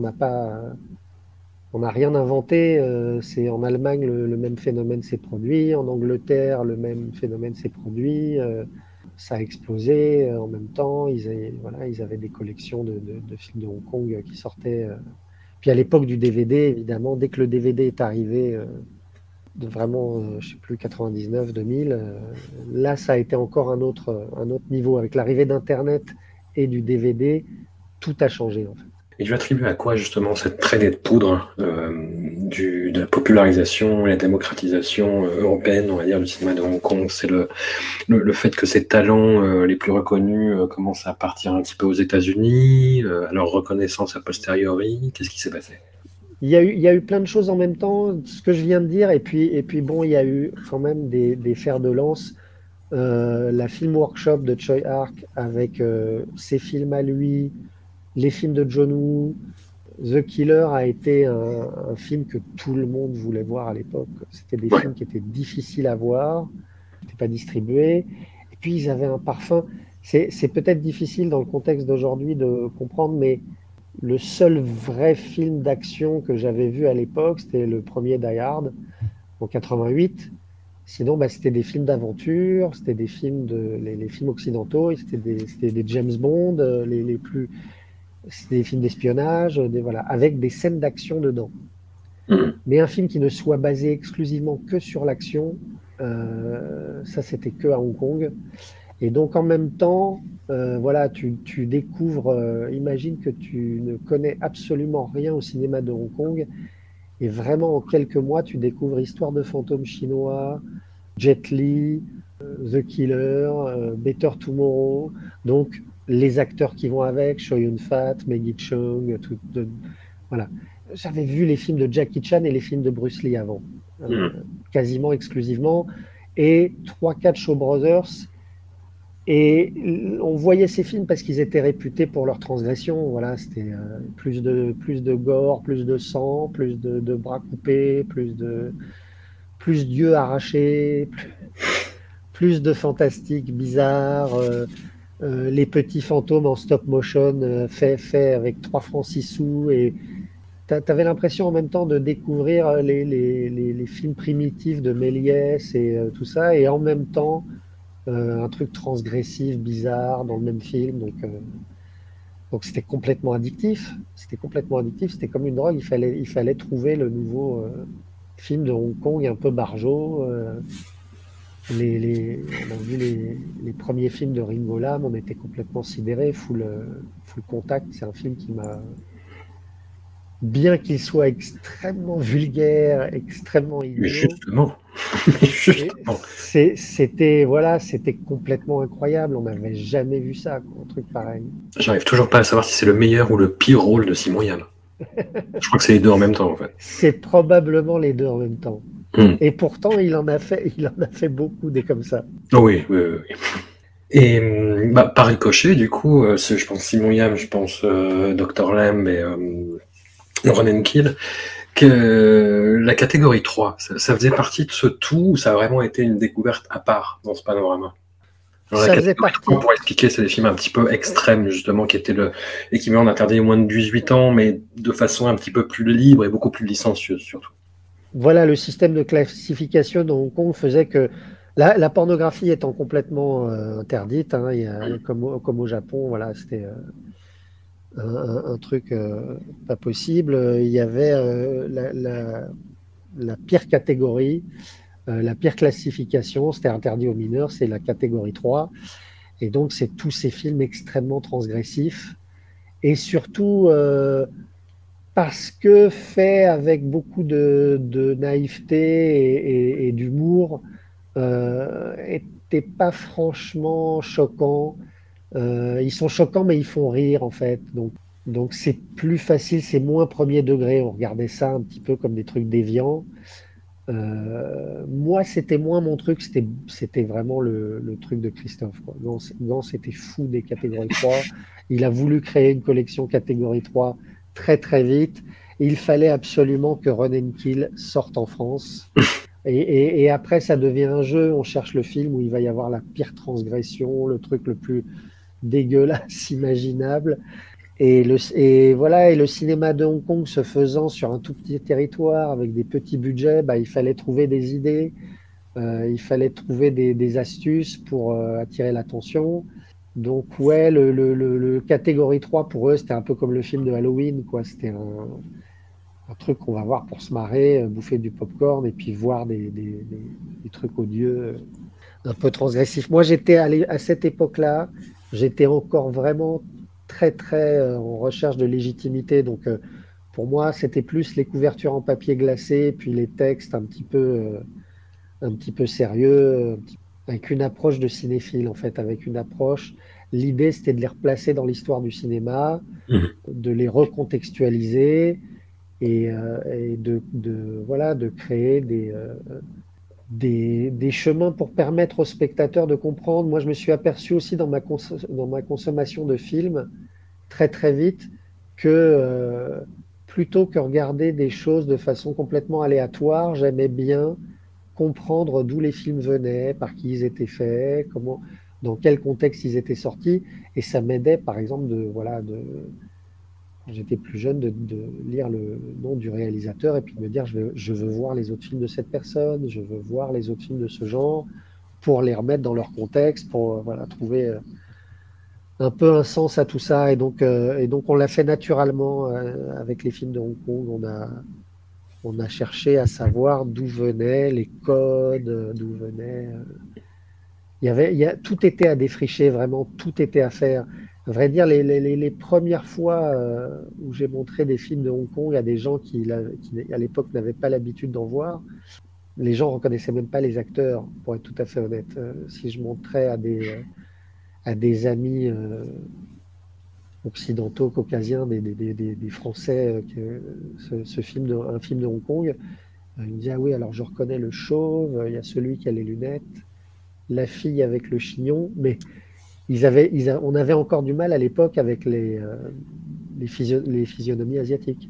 On n'a rien inventé. C'est en Allemagne le même phénomène s'est produit, en Angleterre le même phénomène s'est produit. Ça a explosé en même temps. Ils avaient des collections de films de Hong Kong qui sortaient. Puis à l'époque du DVD, évidemment, dès que le DVD est arrivé, de vraiment, je sais plus, 99, 2000, là, ça a été encore un autre niveau. Avec l'arrivée d'Internet et du DVD, tout a changé, en fait. Et tu attribues à quoi justement cette traînée de poudre de la popularisation et la démocratisation européenne, on va dire, du cinéma de Hong Kong? C'est le fait que ces talents les plus reconnus commencent à partir un petit peu aux États-Unis, à leur reconnaissance a posteriori. Qu'est-ce qui s'est passé? Il y a eu plein de choses en même temps, ce que je viens de dire, et puis bon, il y a eu quand même des fers de lance. La Film Workshop de Choi Ark avec ses films à lui, les films de John Woo. The Killer a été un film que tout le monde voulait voir à l'époque. C'était des films qui étaient difficiles à voir, qui n'étaient pas distribués. Et puis ils avaient un parfum. C'est peut-être difficile dans le contexte d'aujourd'hui de comprendre, mais le seul vrai film d'action que j'avais vu à l'époque, c'était le premier Die Hard en 88. Sinon, c'était des films d'aventure, c'était des films les films occidentaux, c'était des James Bond, c'était des films d'espionnage, voilà, avec des scènes d'action dedans. Mais un film qui ne soit basé exclusivement que sur l'action, ça c'était que à Hong Kong. Et donc en même temps, voilà, tu découvres, imagine que tu ne connais absolument rien au cinéma de Hong Kong, et vraiment en quelques mois, tu découvres Histoire de fantôme chinois, Jet Li, The Killer, Better Tomorrow, donc les acteurs qui vont avec, Chow Yun-fat, Maggie Cheung, voilà. J'avais vu les films de Jackie Chan et les films de Bruce Lee avant, quasiment exclusivement, et 3-4 Shaw Brothers. Et on voyait ces films parce qu'ils étaient réputés pour leur transgression. Voilà, c'était plus de gore, plus de sang, plus de bras coupés, plus d'yeux arrachés, plus de fantastique bizarre. Les petits fantômes en stop motion fait avec 3 francs 6 sous. Et t'avais l'impression en même temps de découvrir les films primitifs de Méliès et tout ça, et en même temps un truc transgressif, bizarre dans le même film. Donc c'était complètement addictif. C'était comme une drogue. Il fallait trouver le nouveau film de Hong Kong un peu barjot. On a vu les premiers films de Ringo Lam, on était complètement sidérés. Full Contact, c'est un film qui m'a, bien qu'il soit extrêmement vulgaire, extrêmement idiot. Justement. C'était complètement incroyable. On n'avait jamais vu ça, un truc pareil. J'arrive toujours pas à savoir si c'est le meilleur ou le pire rôle de Simon Yam. Je crois que c'est les deux en même temps, en fait. C'est probablement les deux en même temps. Et pourtant, il en a fait beaucoup des comme ça. Oh oui. Et par ricochet, du coup, je pense Simon Yam, je pense Dr. Lamb et Run and Kill, que la catégorie 3, ça faisait partie de ce tout, ou ça a vraiment été une découverte à part dans ce panorama? Alors, ça faisait partie. Pour expliquer, c'est des films un petit peu extrêmes, justement, qui étaient l'équivalent d'interdit aux moins de 18 ans, mais de façon un petit peu plus libre et beaucoup plus licencieuse, surtout. Voilà, le système de classification de Hong Kong faisait que La pornographie étant complètement interdite, hein, comme au Japon, voilà, c'était un truc pas possible. Il y avait la pire catégorie, la pire classification, c'était interdit aux mineurs, c'est la catégorie 3. Et donc, c'est tous ces films extrêmement transgressifs. Et surtout, parce que fait avec beaucoup de naïveté et d'humour, n'étaient pas franchement choquants. Ils sont choquants, mais ils font rire, en fait. Donc c'est plus facile, c'est moins premier degré. On regardait ça un petit peu comme des trucs déviants. Moi, c'était moins mon truc, c'était vraiment le truc de Christophe, quoi. Gans était fou des catégories 3. Il a voulu créer une collection catégorie 3 très très vite. Il fallait absolument que Run and Kill sorte en France. Et après, ça devient un jeu. On cherche le film où il va y avoir la pire transgression, le truc le plus dégueulasse imaginable. Et voilà, et le cinéma de Hong Kong se faisant sur un tout petit territoire avec des petits budgets, bah, il fallait trouver des idées, il fallait trouver des astuces pour attirer l'attention. Donc ouais, le catégorie 3 pour eux, c'était un peu comme le film de Halloween, quoi. C'était un truc qu'on va voir pour se marrer, bouffer du popcorn et puis voir des trucs odieux, un peu transgressifs. Moi, j'étais à cette époque-là, j'étais encore vraiment très très en recherche de légitimité. Donc pour moi, c'était plus les couvertures en papier glacé, puis les textes un petit peu sérieux, avec une approche de cinéphile en fait, avec une approche. L'idée, c'était de les replacer dans l'histoire du cinéma, de les recontextualiser et voilà, de créer des chemins pour permettre aux spectateurs de comprendre. Moi, je me suis aperçu aussi dans ma consommation de films très très vite que plutôt que regarder des choses de façon complètement aléatoire, j'aimais bien comprendre d'où les films venaient, par qui ils étaient faits, dans quel contexte ils étaient sortis, et ça m'aidait par exemple quand j'étais plus jeune, de lire le nom du réalisateur et puis de me dire je veux voir les autres films de cette personne, je veux voir les autres films de ce genre, pour les remettre dans leur contexte, pour voilà, trouver un peu un sens à tout ça. Et donc on l'a fait naturellement avec les films de Hong Kong. On a cherché à savoir d'où venaient les codes, d'où venaient. Tout était à défricher, vraiment, tout était à faire. À vrai dire, les premières fois où j'ai montré des films de Hong Kong à des gens qui à l'époque, n'avaient pas l'habitude d'en voir, les gens ne reconnaissaient même pas les acteurs, pour être tout à fait honnête. Si je montrais à des amis occidentaux, caucasiens, des Français, un film de Hong Kong, ils me disaient, ah oui, alors je reconnais le chauve, il y a celui qui a les lunettes, la fille avec le chignon, mais on avait encore du mal à l'époque avec les physionomies asiatiques,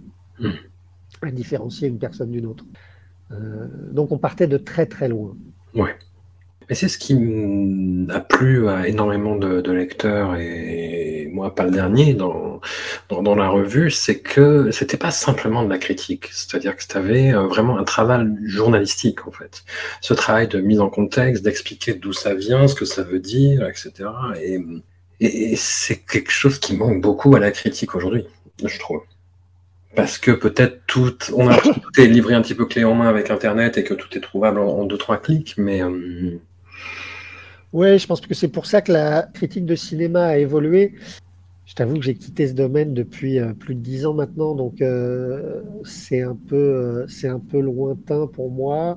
à différencier une personne d'une autre. Donc on partait de très très loin. Ouais. Et c'est ce qui a plu à énormément de lecteurs, et moi pas le dernier, dans la revue, c'est que c'était pas simplement de la critique, c'est-à-dire que c'était vraiment un travail journalistique en fait. Ce travail de mise en contexte, d'expliquer d'où ça vient, ce que ça veut dire, etc. Et c'est quelque chose qui manque beaucoup à la critique aujourd'hui, je trouve. Parce que peut-être tout est livré un petit peu clé en main avec Internet et que tout est trouvable en 2-3 clics, mais... Oui, je pense que c'est pour ça que la critique de cinéma a évolué. Je t'avoue que j'ai quitté ce domaine depuis plus de 10 ans maintenant, donc c'est un peu lointain pour moi.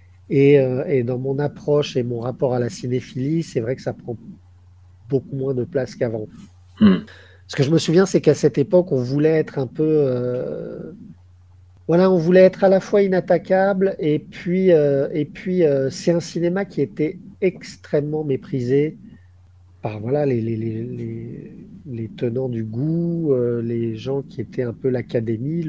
Et dans mon approche et mon rapport à la cinéphilie, c'est vrai que ça prend beaucoup moins de place qu'avant. Ce que je me souviens, c'est qu'à cette époque, on voulait être un peu... on voulait être à la fois inattaquable et puis c'est un cinéma qui était extrêmement méprisé par voilà, les tenants du goût, les gens qui étaient un peu l'académie,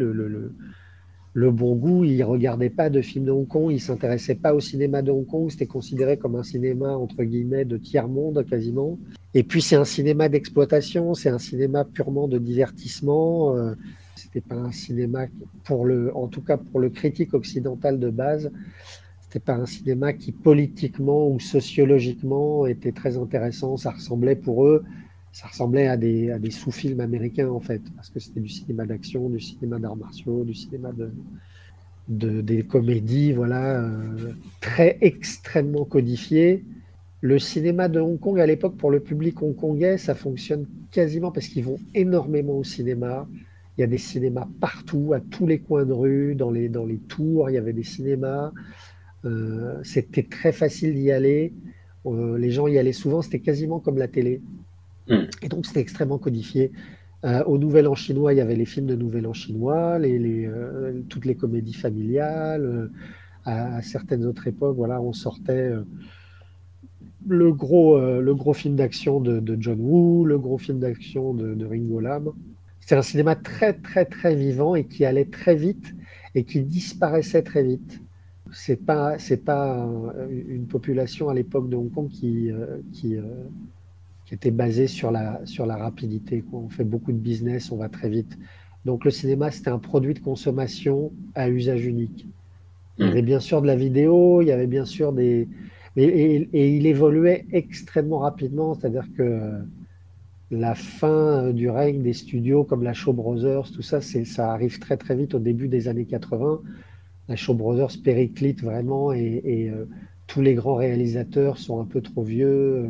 le bon goût. Ils ne regardaient pas de films de Hong Kong, ils ne s'intéressaient pas au cinéma de Hong Kong, c'était considéré comme un cinéma entre guillemets de tiers-monde quasiment. Et puis c'est un cinéma d'exploitation, c'est un cinéma purement de divertissement. C'était pas un cinéma en tout cas pour le critique occidental de base, C'était pas un cinéma qui politiquement ou sociologiquement était très intéressant. Ça ressemblait pour eux, ça ressemblait à des sous-films américains en fait, parce que c'était du cinéma d'action, du cinéma d'arts martiaux, du cinéma des comédies, voilà, très extrêmement codifiées. Le cinéma de Hong Kong à l'époque pour le public hongkongais, ça fonctionne quasiment parce qu'ils vont énormément au cinéma. Il y a des cinémas partout, à tous les coins de rue, dans les tours, il y avait des cinémas. C'était très facile d'y aller. Les gens y allaient souvent, c'était quasiment comme la télé. Hmm. Et donc c'était extrêmement codifié. Au Nouvel An chinois, il y avait les films de Nouvel An chinois, toutes les comédies familiales. À certaines autres époques, voilà, on sortait le gros film d'action de John Woo, le gros film d'action de Ringo Lam. C'est un cinéma très très très vivant et qui allait très vite et qui disparaissait très vite. C'est pas une population à l'époque de Hong Kong qui était basée sur la rapidité, quoi. On fait beaucoup de business, on va très vite. Donc le cinéma, c'était un produit de consommation à usage unique. Il y avait bien sûr de la vidéo, il y avait bien sûr et il évoluait extrêmement rapidement, c'est-à-dire que la fin du règne des studios comme la Shaw Brothers, tout ça, ça arrive très très vite au début des années 80. La Shaw Brothers périclite vraiment et tous les grands réalisateurs sont un peu trop vieux.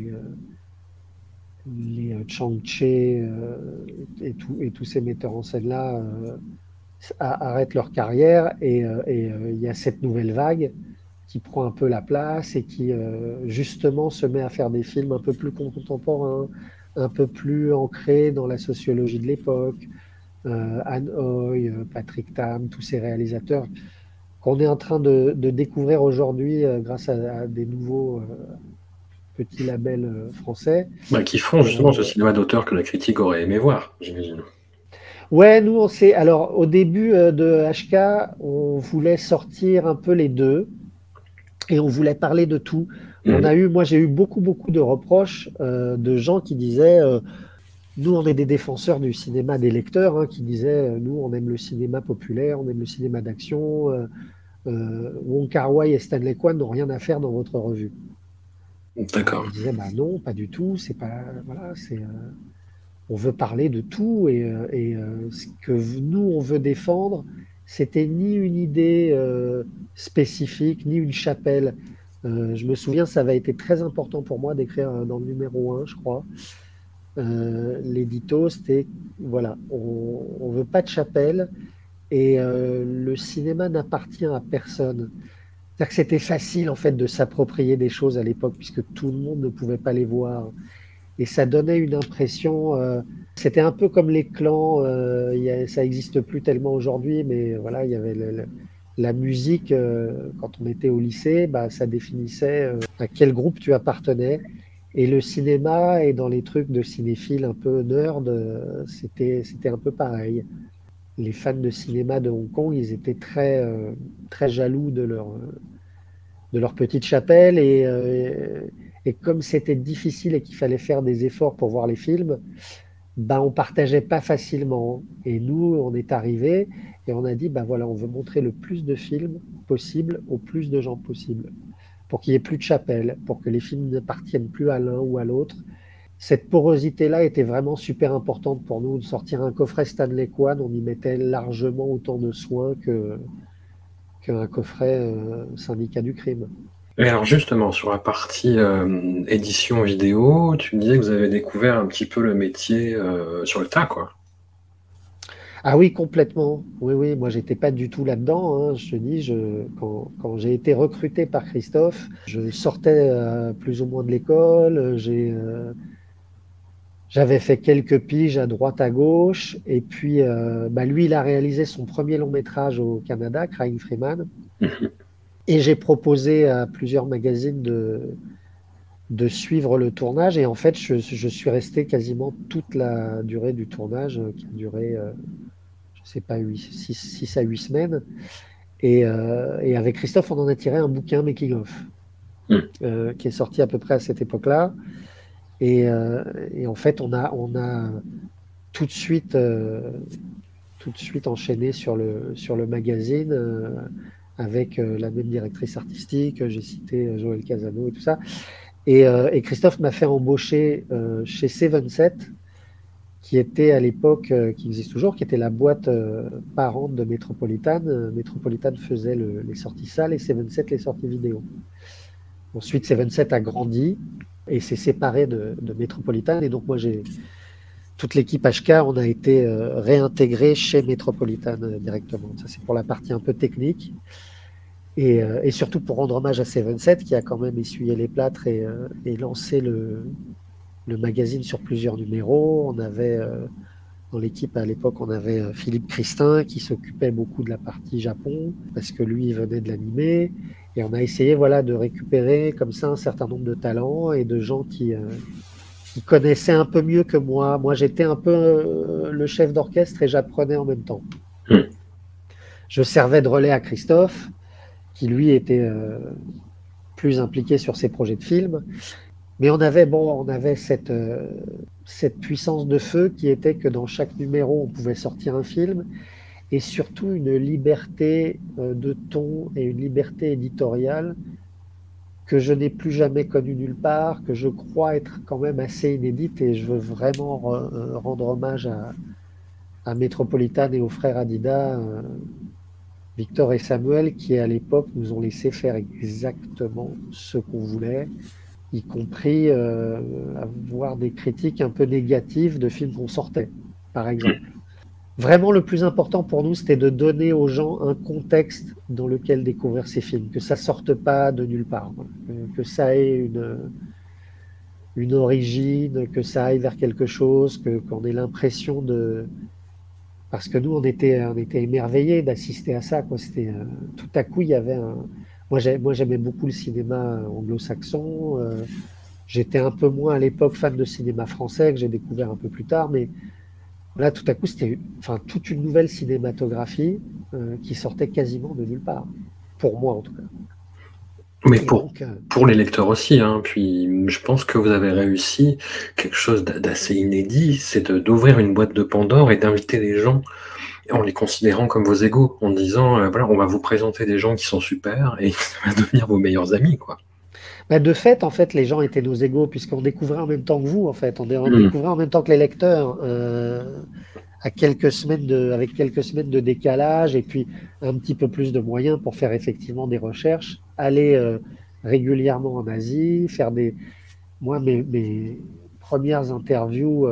Les Chang Che et tous ces metteurs en scène-là arrêtent leur carrière et il y a cette nouvelle vague qui prend un peu la place et qui justement se met à faire des films un peu plus contemporains, un peu plus ancrés dans la sociologie de l'époque. Han Hoi, Patrick Tam, tous ces réalisateurs qu'on est en train de découvrir aujourd'hui grâce à des nouveaux petits labels français. Bah, qui font justement ce cinéma d'auteur que la critique aurait aimé voir, j'imagine. Ouais, nous on sait. Alors au début de HK, on voulait sortir un peu les deux et on voulait parler de tout. Moi j'ai eu beaucoup de reproches de gens qui disaient nous on est des défenseurs du cinéma des lecteurs, hein, qui disaient nous on aime le cinéma populaire, on aime le cinéma d'action. Wong Kar-wai et Stanley Kwan n'ont rien à faire dans votre revue. D'accord. Je disais bah non, pas du tout. C'est pas voilà, on veut parler de tout et ce que nous on veut défendre, c'était ni une idée spécifique, ni une chapelle. Je me souviens, ça avait été très important pour moi d'écrire dans le numéro 1, je crois. L'édito, c'était voilà, on veut pas de chapelle et le cinéma n'appartient à personne. C'est-à-dire que c'était facile en fait de s'approprier des choses à l'époque puisque tout le monde ne pouvait pas les voir. Et ça donnait une impression, c'était un peu comme les clans, ça n'existe plus tellement aujourd'hui, mais voilà, il y avait la musique, quand on était au lycée, bah, ça définissait à quel groupe tu appartenais. Et le cinéma et dans les trucs de cinéphiles un peu nerd, c'était un peu pareil. Les fans de cinéma de Hong Kong, ils étaient très jaloux de leur petite chapelle et comme c'était difficile et qu'il fallait faire des efforts pour voir les films, ben on partageait pas facilement. Et nous, on est arrivés et on a dit, ben voilà, on veut montrer le plus de films possible au plus de gens possible, pour qu'il n'y ait plus de chapelle, pour que les films n'appartiennent plus à l'un ou à l'autre. Cette porosité-là était vraiment super importante pour nous. De sortir un coffret Stanley Kwan, on y mettait largement autant de soin qu'un coffret Syndicat du crime. Et alors justement, sur la partie édition vidéo, tu me disais que vous avez découvert un petit peu le métier sur le tas, quoi. Ah oui, complètement. Oui, moi j'étais pas du tout là-dedans, hein. Je te dis, quand j'ai été recruté par Christophe, je sortais plus ou moins de l'école, j'avais fait quelques piges à droite à gauche, et puis lui il a réalisé son premier long métrage au Canada, Crying Freeman. Et j'ai proposé à plusieurs magazines de suivre le tournage. Et en fait, je suis resté quasiment toute la durée du tournage, qui a duré, je sais pas, 6 à 8 semaines. Et avec Christophe, on en a tiré un bouquin Making of, qui est sorti à peu près à cette époque-là. Et en fait, on a tout de suite enchaîné sur le magazine. avec la même directrice artistique. J'ai cité Joël Casano et tout ça. Et Christophe m'a fait embaucher chez Seven Set, qui était à l'époque, qui existe toujours, qui était la boîte parente de Metropolitan. Metropolitan faisait les sorties salles et Seven Set les sorties vidéo. Ensuite, Seven Set a grandi et s'est séparé de Metropolitan. Et donc, moi, toute l'équipe HK, on a été réintégré chez Metropolitan directement. Ça, c'est pour la partie un peu technique. Et surtout pour rendre hommage à Seven Set, qui a quand même essuyé les plâtres et lancé le magazine sur plusieurs numéros. On avait dans l'équipe à l'époque, on avait Philippe Christin qui s'occupait beaucoup de la partie Japon parce que lui il venait de l'animé, et on a essayé de récupérer comme ça un certain nombre de talents et de gens qui connaissaient un peu mieux que moi. Moi j'étais un peu le chef d'orchestre et j'apprenais en même temps. Je servais de relais à Christophe qui lui était plus impliqué sur ses projets de films. Mais on avait cette puissance de feu qui était que dans chaque numéro, on pouvait sortir un film, et surtout une liberté de ton et une liberté éditoriale que je n'ai plus jamais connue nulle part, que je crois être quand même assez inédite, et je veux vraiment rendre hommage à Metropolitan et aux frères Adida, Victor et Samuel, qui à l'époque nous ont laissé faire exactement ce qu'on voulait, y compris avoir des critiques un peu négatives de films qu'on sortait, par exemple. Vraiment, le plus important pour nous, c'était de donner aux gens un contexte dans lequel découvrir ces films, que ça sorte pas de nulle part, que ça ait une origine, que ça aille vers quelque chose, qu'on ait l'impression de... Parce que nous, on était émerveillés d'assister à ça, quoi. C'était, tout à coup, il y avait un... Moi, j'aimais beaucoup le cinéma anglo-saxon. J'étais un peu moins à l'époque fan de cinéma français, que j'ai découvert un peu plus tard. Mais là, tout à coup, c'était toute une nouvelle cinématographie qui sortait quasiment de nulle part. Pour moi, en tout cas. Mais pour les lecteurs aussi. Puis, je pense que vous avez réussi quelque chose d'assez inédit, c'est d'ouvrir une boîte de Pandore et d'inviter les gens en les considérant comme vos égaux, en disant on va vous présenter des gens qui sont super et ça va devenir vos meilleurs amis, quoi. De fait, en fait, les gens étaient nos égaux puisqu'on découvrait en même temps que vous, en fait. On découvrait en même temps que les lecteurs, avec quelques semaines de décalage et puis un petit peu plus de moyens pour faire effectivement des recherches, aller régulièrement en Asie, faire moi, mes premières interviews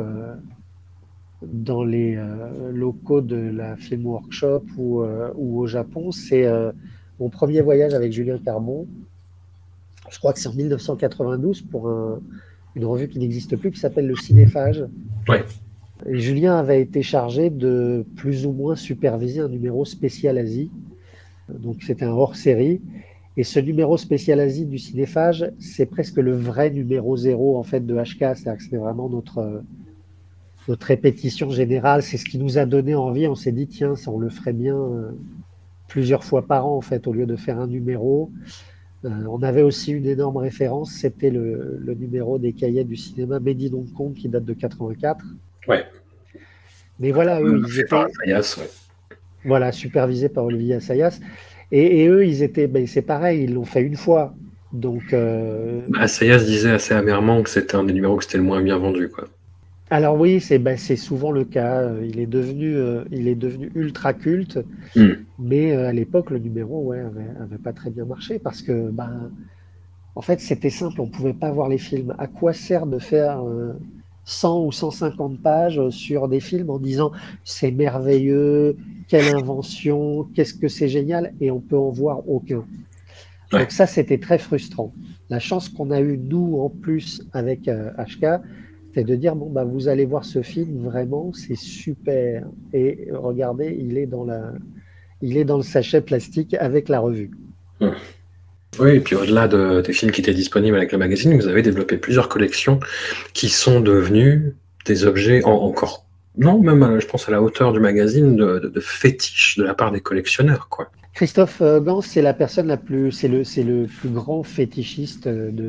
dans les locaux de la Film Workshop ou au Japon, c'est mon premier voyage avec Julien Carbon. Je crois que c'est en 1992 pour une revue qui n'existe plus, qui s'appelle le Cinéphage. Ouais. Et Julien avait été chargé de plus ou moins superviser un numéro spécial Asie. Donc c'était un hors-série. Et ce numéro spécial Asie du Cinéphage, c'est presque le vrai numéro 0 en fait de HK. C'est-à-dire que c'était vraiment notre répétition générale. C'est ce qui nous a donné envie. On s'est dit, tiens, ça, on le ferait bien plusieurs fois par an en fait, au lieu de faire un numéro. On avait aussi une énorme référence, c'était le numéro des cahiers du cinéma Made in Hong Kong qui date de 84. Ouais. Mais voilà, eux, ils étaient... Assayas, ouais. Voilà, supervisés par Olivier Assayas. Et eux, ils étaient... c'est pareil, ils l'ont fait une fois. Donc... Assayas disait assez amèrement que c'était un des numéros que c'était le moins bien vendu, quoi. Alors oui, c'est souvent le cas. Il est devenu ultra culte, mais à l'époque, le numéro avait pas très bien marché parce que en fait, c'était simple, on pouvait pas voir les films. À quoi sert de faire 100 ou 150 pages sur des films en disant c'est merveilleux, quelle invention, qu'est-ce que c'est génial, et on peut en voir aucun. Ouais. Donc ça, c'était très frustrant. La chance qu'on a eue, nous, en plus, avec HK, c'est de dire, vous allez voir ce film, vraiment, c'est super. Et regardez, il est dans le sachet plastique avec la revue. Oui, et puis au-delà des films qui étaient disponibles avec le magazine, vous avez développé plusieurs collections qui sont devenues des objets encore... Non, même je pense à la hauteur du magazine, de fétiche de la part des collectionneurs, quoi. Christophe Gans, c'est la personne c'est le plus grand fétichiste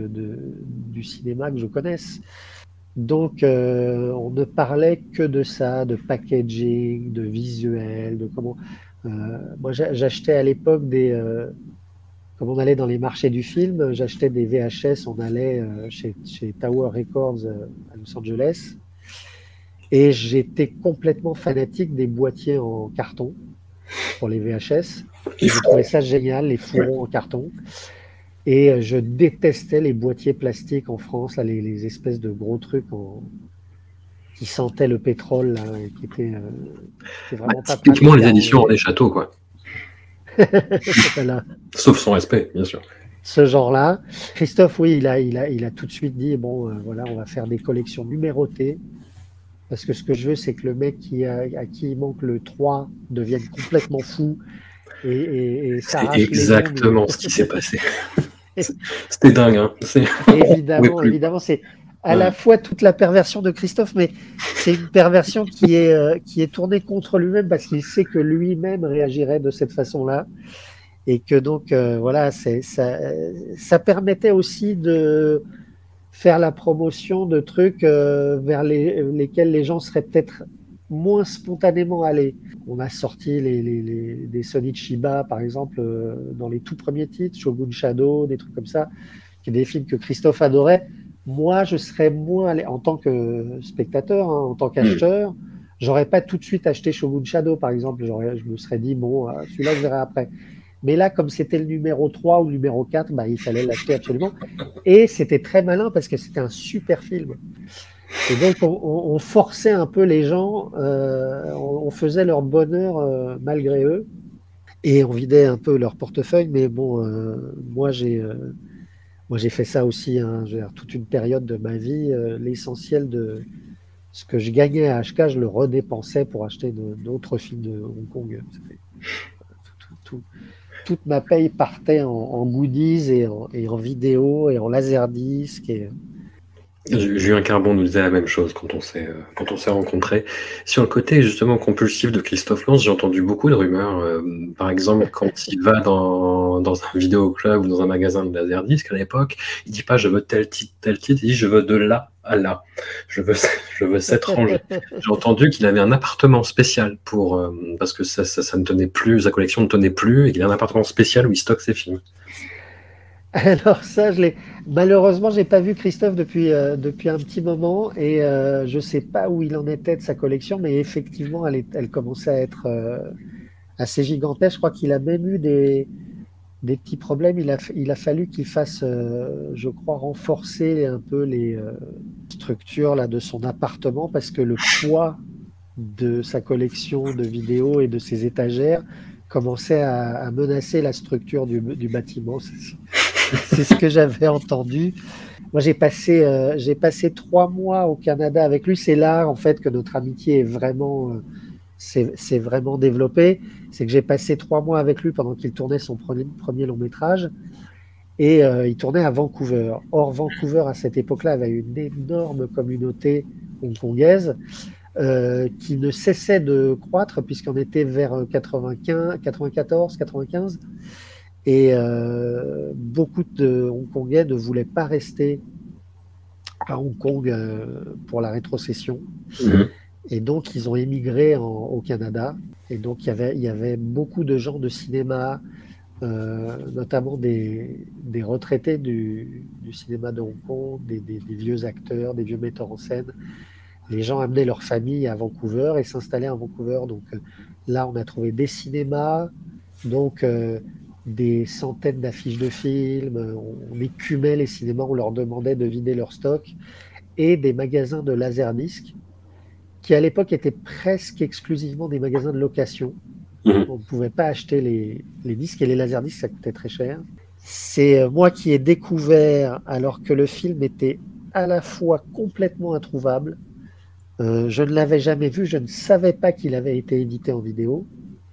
du cinéma que je connaisse. Donc, on ne parlait que de ça, de packaging, de visuel, de comment... Moi, j'achetais à l'époque comme on allait dans les marchés du film, j'achetais des VHS, on allait chez Tower Records à Los Angeles, et j'étais complètement fanatique des boîtiers en carton pour les VHS. Les Je trouvais ça génial, les fourrons en carton. Et je détestais les boîtiers plastiques en France, là, les espèces de gros trucs qui sentaient le pétrole, là, et qui étaient vraiment pas Typiquement pratiques les à éditions ranger. des châteaux, quoi. Voilà, Sauf son respect, bien sûr. ce genre-là. Christophe, oui, il a tout de suite dit, bon, voilà, on va faire des collections numérotées, parce que ce que je veux, c'est que le mec à qui il manque le 3 devienne complètement fou et C'est s'arrache les exactement ongles. ce qui s'est passé. C'était dingue, hein. Évidemment, Oui, évidemment, c'est à la ouais. fois toute la perversion de Christophe, mais c'est une perversion qui est tournée contre lui-même parce qu'il sait que lui-même réagirait de cette façon-là. Et que donc, voilà, ça permettait aussi de faire la promotion de trucs vers lesquels les gens seraient peut-être moins spontanément allés. On a sorti des Sonic Shiba, par exemple, dans les tout premiers titres, Shogun Shadow, des trucs comme ça, qui est des films que Christophe adorait. Moi, je serais moins allé, en tant que spectateur, hein, en tant qu'acheteur, j'aurais pas tout de suite acheté Shogun Shadow, par exemple. Je me serais dit, bon, celui-là, je verrai après. Mais là, comme c'était le numéro 3 ou le numéro 4, bah, il fallait l'acheter absolument. Et c'était très malin parce que c'était un super film. Et donc, on forçait un peu les gens, on faisait leur bonheur malgré eux, et on vidait un peu leur portefeuille. Mais bon, moi, j'ai fait ça aussi, hein, je veux dire, toute une période de ma vie. L'essentiel de ce que je gagnais à HK, je le redépensais pour acheter d'autres films de Hong Kong. Tout, tout, toute ma paye partait en goodies et en vidéo et en laserdisc. Julien Carbon nous disait la même chose quand on s'est rencontrés. Sur le côté justement compulsif de Christophe Lance, j'ai entendu beaucoup de rumeurs. Par exemple, quand il va dans un vidéoclub ou dans un magasin de laserdisc à l'époque, il dit pas je veux tel titre, il dit je veux de là à là. Je veux cette rangée. J'ai entendu qu'il avait un appartement spécial parce que ça ne tenait plus, sa collection ne tenait plus, et qu'il a un appartement spécial où il stocke ses films. Alors ça, malheureusement, j'ai pas vu Christophe depuis un petit moment et je sais pas où il en était de sa collection, mais effectivement, elle commençait à être assez gigantesque. Je crois qu'il a même eu des petits problèmes. Il a fallu qu'il fasse, je crois, renforcer un peu les structures là, de son appartement parce que le poids de sa collection de vidéos et de ses étagères commençait à menacer la structure du bâtiment. C'est ce que j'avais entendu. Moi, j'ai passé 3 mois au Canada avec lui. C'est là, en fait, que notre amitié s'est vraiment développée. C'est que j'ai passé 3 mois avec lui pendant qu'il tournait son premier long métrage. Et il tournait à Vancouver. Or, Vancouver, à cette époque-là, avait une énorme communauté hongkongaise qui ne cessait de croître puisqu'on était vers 94, 95. Et beaucoup de Hongkongais ne voulaient pas rester à Hong Kong pour la rétrocession. Et donc, ils ont émigré au Canada. Et donc, il y avait beaucoup de gens de cinéma, notamment des retraités du cinéma de Hong Kong, des vieux acteurs, des vieux metteurs en scène. Les gens amenaient leur famille à Vancouver et s'installaient à Vancouver. Donc là, on a trouvé des cinémas, donc des centaines d'affiches de films. On écumait les cinémas, on leur demandait de vider leur stock, et des magasins de laserdisc qui à l'époque étaient presque exclusivement des magasins de location. On ne pouvait pas acheter les disques, et les laserdiscs, ça coûtait très cher. C'est moi qui ai découvert, alors que le film était à la fois complètement introuvable, je ne l'avais jamais vu, je ne savais pas qu'il avait été édité en vidéo.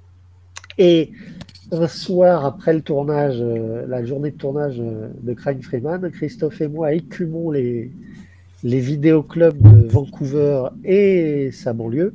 Et un soir après le tournage, la journée de tournage de Crying Freeman, Christophe et moi écumons les vidéoclubs de Vancouver et sa banlieue.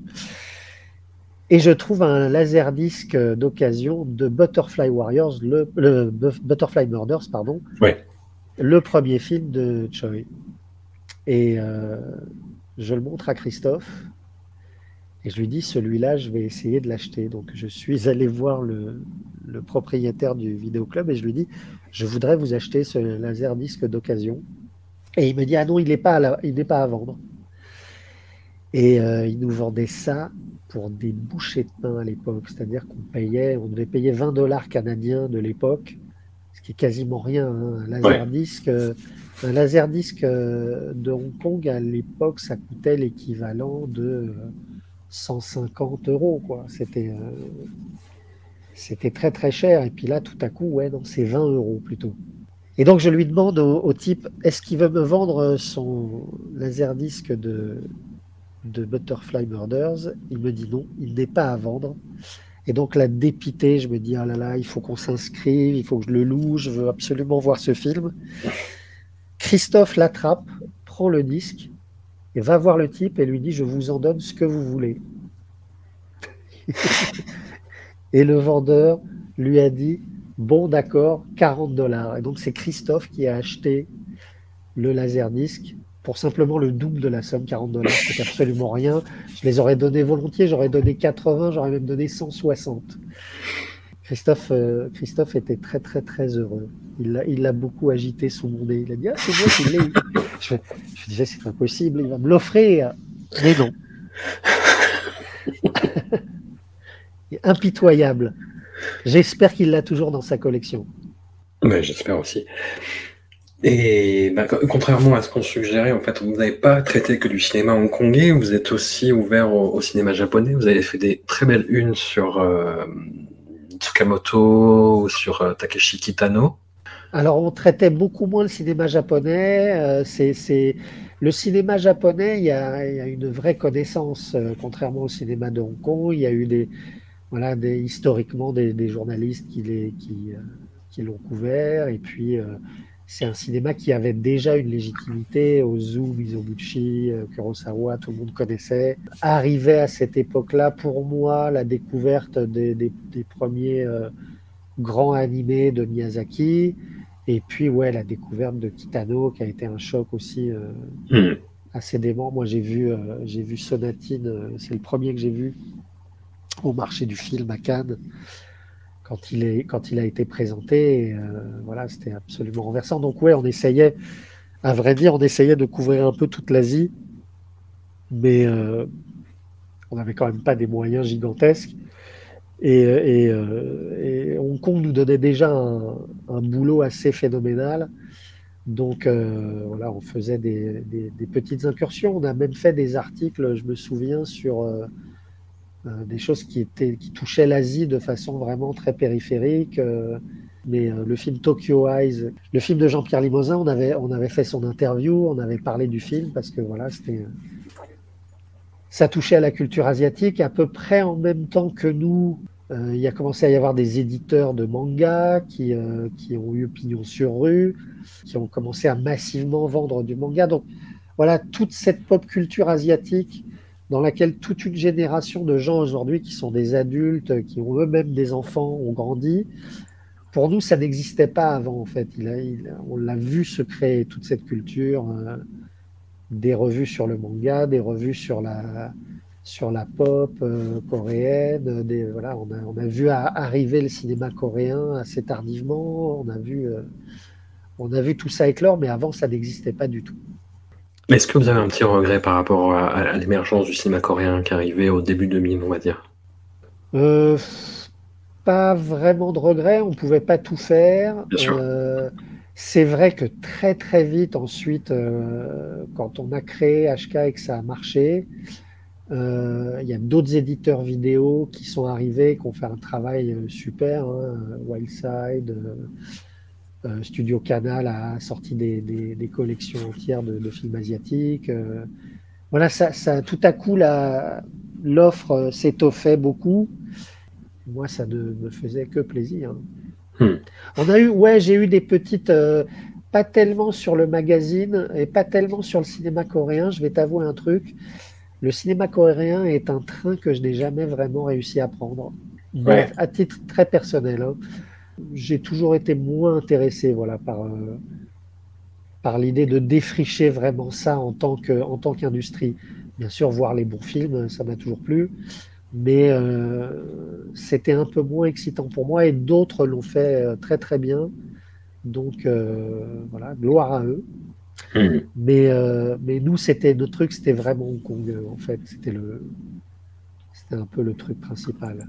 Et je trouve un laserdisc d'occasion de Butterfly Warriors, Butterfly Murders, pardon, Ouais. le premier film de Choi. Et je le montre à Christophe. Et je lui dis, celui-là, je vais essayer de l'acheter. Donc, je suis allé voir le propriétaire du vidéoclub et je lui dis, je voudrais vous acheter ce laserdisc d'occasion. Et il me dit, ah non, il n'est pas à vendre. Et il nous vendait ça pour des bouchées de pain à l'époque. C'est-à-dire on devait payer 20 $ canadiens de l'époque, ce qui est quasiment rien, hein. Un laserdisc de Hong Kong, à l'époque, ça coûtait l'équivalent de 150 €, quoi. C'était très très cher. Et puis là, tout à coup, ouais, non, c'est 20 € plutôt. Et donc, je lui demande au type, est-ce qu'il veut me vendre son laserdisc de Butterfly Murders? Il me dit non, il n'est pas à vendre. Et donc, là, dépité, je me dis, ah là là, il faut qu'on s'inscrive, il faut que je le loue, je veux absolument voir ce film. Christophe l'attrape, prend le disque, et va voir le type et lui dit, je vous en donne ce que vous voulez. Et le vendeur lui a dit, bon d'accord, 40 $. Et donc, c'est Christophe qui a acheté le laserdisc pour simplement le double de la somme, 40 $. C'est absolument rien. Je les aurais donnés volontiers, j'aurais donné 80, j'aurais même donné 160. Christophe était très très très heureux. Il l'a beaucoup agité sous mon nez. Il a dit, ah, c'est moi qui l'ai eu. Je disais, c'est impossible, il va me l'offrir. Mais non. Impitoyable. J'espère qu'il l'a toujours dans sa collection. Ouais, j'espère aussi. Et contrairement à ce qu'on suggérait, en fait, vous n'avez pas traité que du cinéma hongkongais, vous êtes aussi ouvert au cinéma japonais. Vous avez fait des très belles unes sur Tsukamoto ou sur Takeshi Kitano. Alors, on traitait beaucoup moins le cinéma japonais. Le cinéma japonais, il y a une vraie connaissance, contrairement au cinéma de Hong Kong. Il y a eu historiquement des journalistes qui l'ont couvert. Et puis, c'est un cinéma qui avait déjà une légitimité. Ozu, Mizoguchi, Kurosawa, tout le monde connaissait. Arrivé à cette époque-là, pour moi, la découverte des premiers grands animés de Miyazaki. Et puis, ouais, la découverte de Kitano, qui a été un choc aussi assez dément. Moi, j'ai vu Sonatine, c'est le premier que j'ai vu au marché du film à Cannes, quand il a été présenté. Et, voilà, c'était absolument renversant. Donc, ouais, à vrai dire, on essayait de couvrir un peu toute l'Asie, mais on n'avait quand même pas des moyens gigantesques. Et Hong Kong nous donnait déjà un boulot assez phénoménal. Donc voilà, on faisait des petites incursions. On a même fait des articles, je me souviens, sur des choses qui touchaient l'Asie de façon vraiment très périphérique. Mais le film Tokyo Eyes, le film de Jean-Pierre Limousin, on avait fait son interview, on avait parlé du film parce que voilà, ça touchait à la culture asiatique. À peu près en même temps que nous, il a commencé à y avoir des éditeurs de manga qui ont eu pignon sur rue, qui ont commencé à massivement vendre du manga. Donc voilà, toute cette pop culture asiatique dans laquelle toute une génération de gens aujourd'hui qui sont des adultes, qui ont eux-mêmes des enfants, ont grandi. Pour nous, ça n'existait pas avant, en fait. On l'a vu se créer, toute cette culture, des revues sur le manga, des revues sur la pop coréenne. Voilà, on a vu arriver le cinéma coréen assez tardivement. On a vu tout ça éclore, mais avant, ça n'existait pas du tout. Est-ce que vous avez un petit regret par rapport à l'émergence du cinéma coréen qui arrivait au début 2000, on va dire? Pas vraiment de regret, on ne pouvait pas tout faire. Bien sûr. C'est vrai que très très vite ensuite, quand on a créé HK et que ça a marché, il y a d'autres éditeurs vidéo qui sont arrivés, qui ont fait un travail super, hein. Wildside, Studio Canal a sorti des collections entières de films asiatiques. Voilà, ça, tout à coup, l'offre s'étoffait beaucoup. Moi, ça ne me faisait que plaisir. J'ai eu des petites, pas tellement sur le magazine et pas tellement sur le cinéma coréen. Je vais t'avouer un truc. Le cinéma coréen est un train que je n'ai jamais vraiment réussi à prendre. Ouais. À titre très personnel, hein. J'ai toujours été moins intéressé, voilà, par l'idée de défricher vraiment ça en tant qu'industrie. Bien sûr, voir les bons films, ça m'a toujours plu, mais c'était un peu moins excitant pour moi et d'autres l'ont fait très très bien. Donc voilà, gloire à eux. Mais nous, notre truc, c'était vraiment Hong Kong, en fait. C'était un peu le truc principal.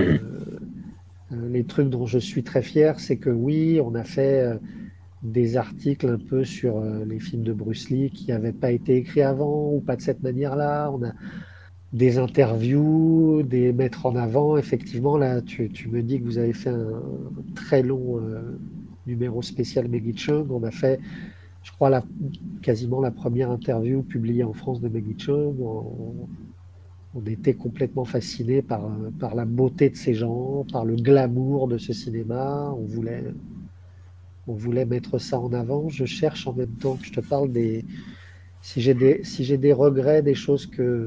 Les trucs dont je suis très fier, c'est que oui, on a fait des articles un peu sur les films de Bruce Lee qui n'avaient pas été écrits avant ou pas de cette manière-là. On a des interviews, des mettre en avant. Effectivement, là, tu me dis que vous avez fait un très long numéro spécial Maggie Cheung. On a fait, je crois, quasiment la première interview publiée en France de Maggie Cheung. On était complètement fascinés par la beauté de ces gens, par le glamour de ce cinéma. On voulait mettre ça en avant. Je cherche en même temps que je te parle si j'ai des regrets, des choses que,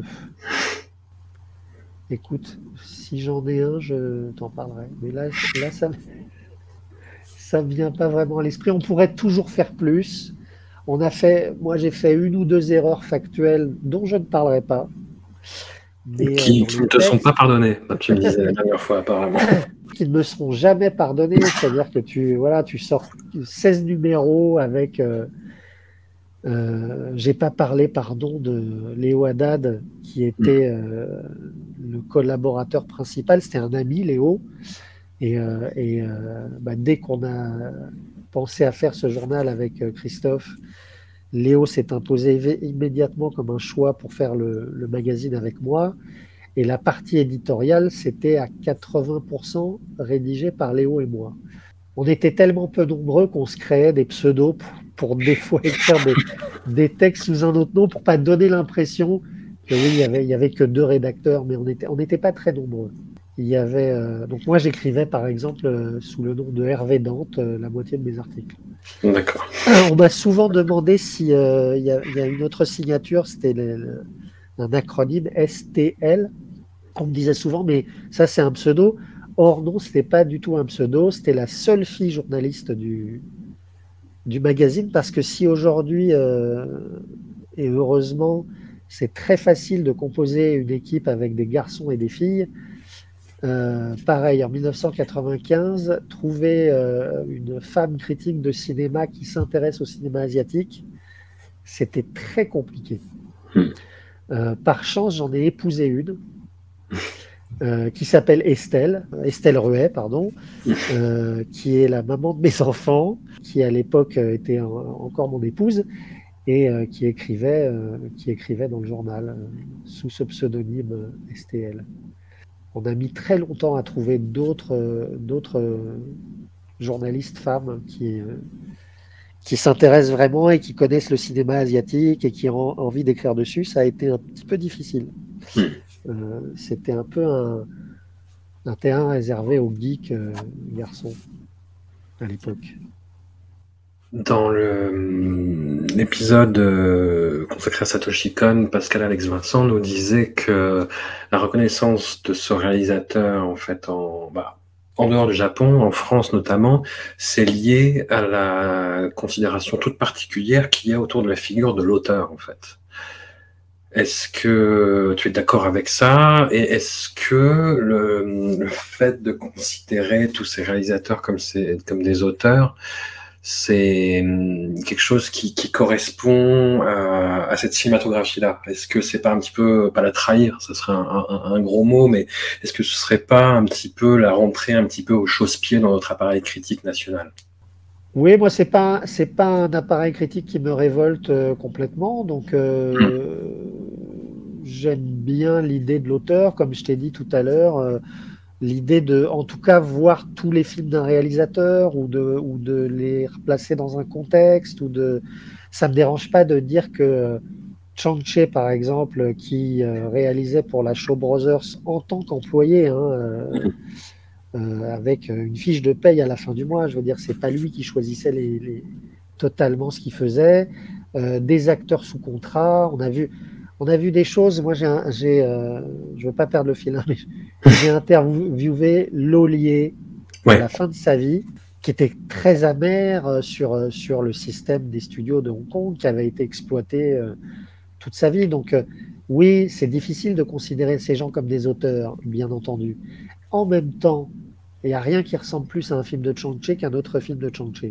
écoute, si j'en ai un, je t'en parlerai. Mais là, ça me vient pas vraiment à l'esprit. On pourrait toujours faire plus. Moi, j'ai fait une ou deux erreurs factuelles dont je ne parlerai pas. Mais, qui ne te sont pas pardonnées, tu me disais la dernière fois apparemment. Qui ne me seront jamais pardonnés, c'est-à-dire que tu sors 16 numéros avec... j'ai pas parlé, pardon, de Léo Haddad, qui était le collaborateur principal, c'était un ami, Léo, et dès qu'on a pensé à faire ce journal avec Christophe, Léo s'est imposé immédiatement comme un choix pour faire le magazine avec moi. Et la partie éditoriale, c'était à 80% rédigé par Léo et moi. On était tellement peu nombreux qu'on se créait des pseudos pour des fois écrire des textes sous un autre nom pour pas donner l'impression que oui, il y avait que 2 rédacteurs, mais on n'était pas très nombreux. Il y avait donc moi j'écrivais par exemple sous le nom de Hervé Dante la moitié de mes articles. D'accord. On m'a souvent demandé si il y a une autre signature, c'était un acronyme STL. On me disait souvent, mais ça c'est un pseudo. Or non, c'était pas du tout un pseudo, c'était la seule fille journaliste du magazine, parce que si aujourd'hui, et heureusement, c'est très facile de composer une équipe avec des garçons et des filles, pareil, en 1995, trouver une femme critique de cinéma qui s'intéresse au cinéma asiatique, c'était très compliqué. Par chance, j'en ai épousé une. Qui s'appelle Estelle Ruet, pardon, qui est la maman de mes enfants, qui à l'époque était encore mon épouse, et qui écrivait dans le journal sous ce pseudonyme STL. On a mis très longtemps à trouver d'autres journalistes femmes qui s'intéressent vraiment et qui connaissent le cinéma asiatique et qui ont envie d'écrire dessus. Ça a été un petit peu difficile. C'était un peu un terrain réservé aux geeks garçons à l'époque. Dans l'épisode consacré à Satoshi Kon, Pascal Alex Vincent nous disait que la reconnaissance de ce réalisateur, en fait, en dehors du Japon, en France notamment, c'est lié à la considération toute particulière qu'il y a autour de la figure de l'auteur, en fait. Est-ce que tu es d'accord avec ça? Et est-ce que le fait de considérer tous ces réalisateurs comme des auteurs, c'est quelque chose qui correspond à cette cinématographie-là? Est-ce que c'est pas un petit peu, pas la trahir, ça serait un gros mot, mais est-ce que ce serait pas un petit peu la rentrer un petit peu au chausse-pied dans notre appareil critique national? Oui, moi c'est pas un appareil critique qui me révolte complètement, donc j'aime bien l'idée de l'auteur, comme je t'ai dit tout à l'heure, l'idée de, en tout cas, voir tous les films d'un réalisateur ou de les replacer dans un contexte ça me dérange pas de dire que Chang-Chi, par exemple, qui réalisait pour la Shaw Brothers en tant qu'employé, avec une fiche de paye à la fin du mois. Je veux dire, c'est pas lui qui choisissait totalement ce qu'il faisait. Des acteurs sous contrat. On a vu des choses. Moi, je veux pas perdre le fil, mais j'ai interviewé Lolier à la fin de sa vie, qui était très amer sur le système des studios de Hong Kong, qui avait été exploité toute sa vie. Donc, Oui, c'est difficile de considérer ces gens comme des auteurs, bien entendu. En même temps, il n'y a rien qui ressemble plus à un film de Chang-Chi qu'un autre film de Chang-Chi.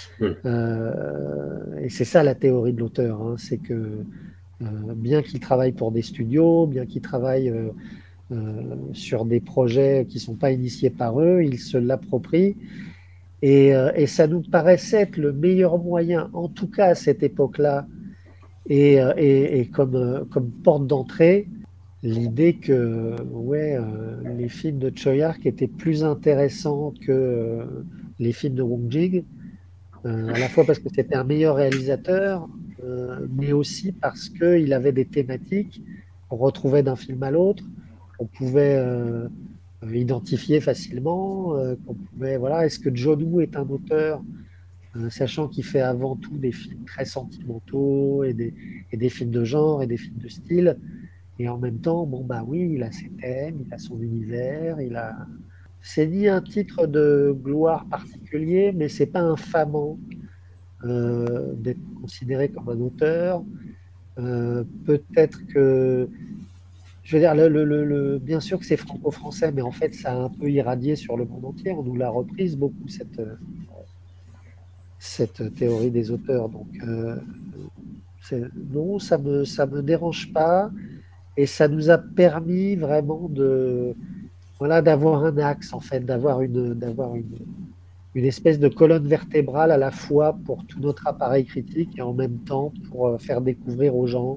Et c'est ça la théorie de l'auteur, hein, c'est que bien qu'il travaille pour des studios, bien qu'il travaille sur des projets qui ne sont pas initiés par eux, il se l'approprie. Et ça nous paraissait être le meilleur moyen, en tout cas à cette époque-là, et comme porte d'entrée, l'idée que les films de Choi Ark étaient plus intéressants que les films de Wong Jing, à la fois parce que c'était un meilleur réalisateur, mais aussi parce qu'il avait des thématiques qu'on retrouvait d'un film à l'autre, qu'on pouvait identifier facilement, qu'on pouvait, voilà, est-ce que John Woo est un auteur, sachant qu'il fait avant tout des films très sentimentaux et des films de genre et des films de style, et en même temps, bon bah oui, il a ses thèmes, il a son univers, c'est ni un titre de gloire particulier, mais c'est pas infamant d'être considéré comme un auteur. Peut-être que, je veux dire, bien sûr que c'est franco-français, mais en fait, ça a un peu irradié sur le monde entier. On nous l'a reprise beaucoup, cette théorie des auteurs. Donc, non, ça me dérange pas. Et ça nous a permis vraiment d'avoir un axe, en fait, d'avoir une espèce de colonne vertébrale à la fois pour tout notre appareil critique et en même temps pour faire découvrir aux gens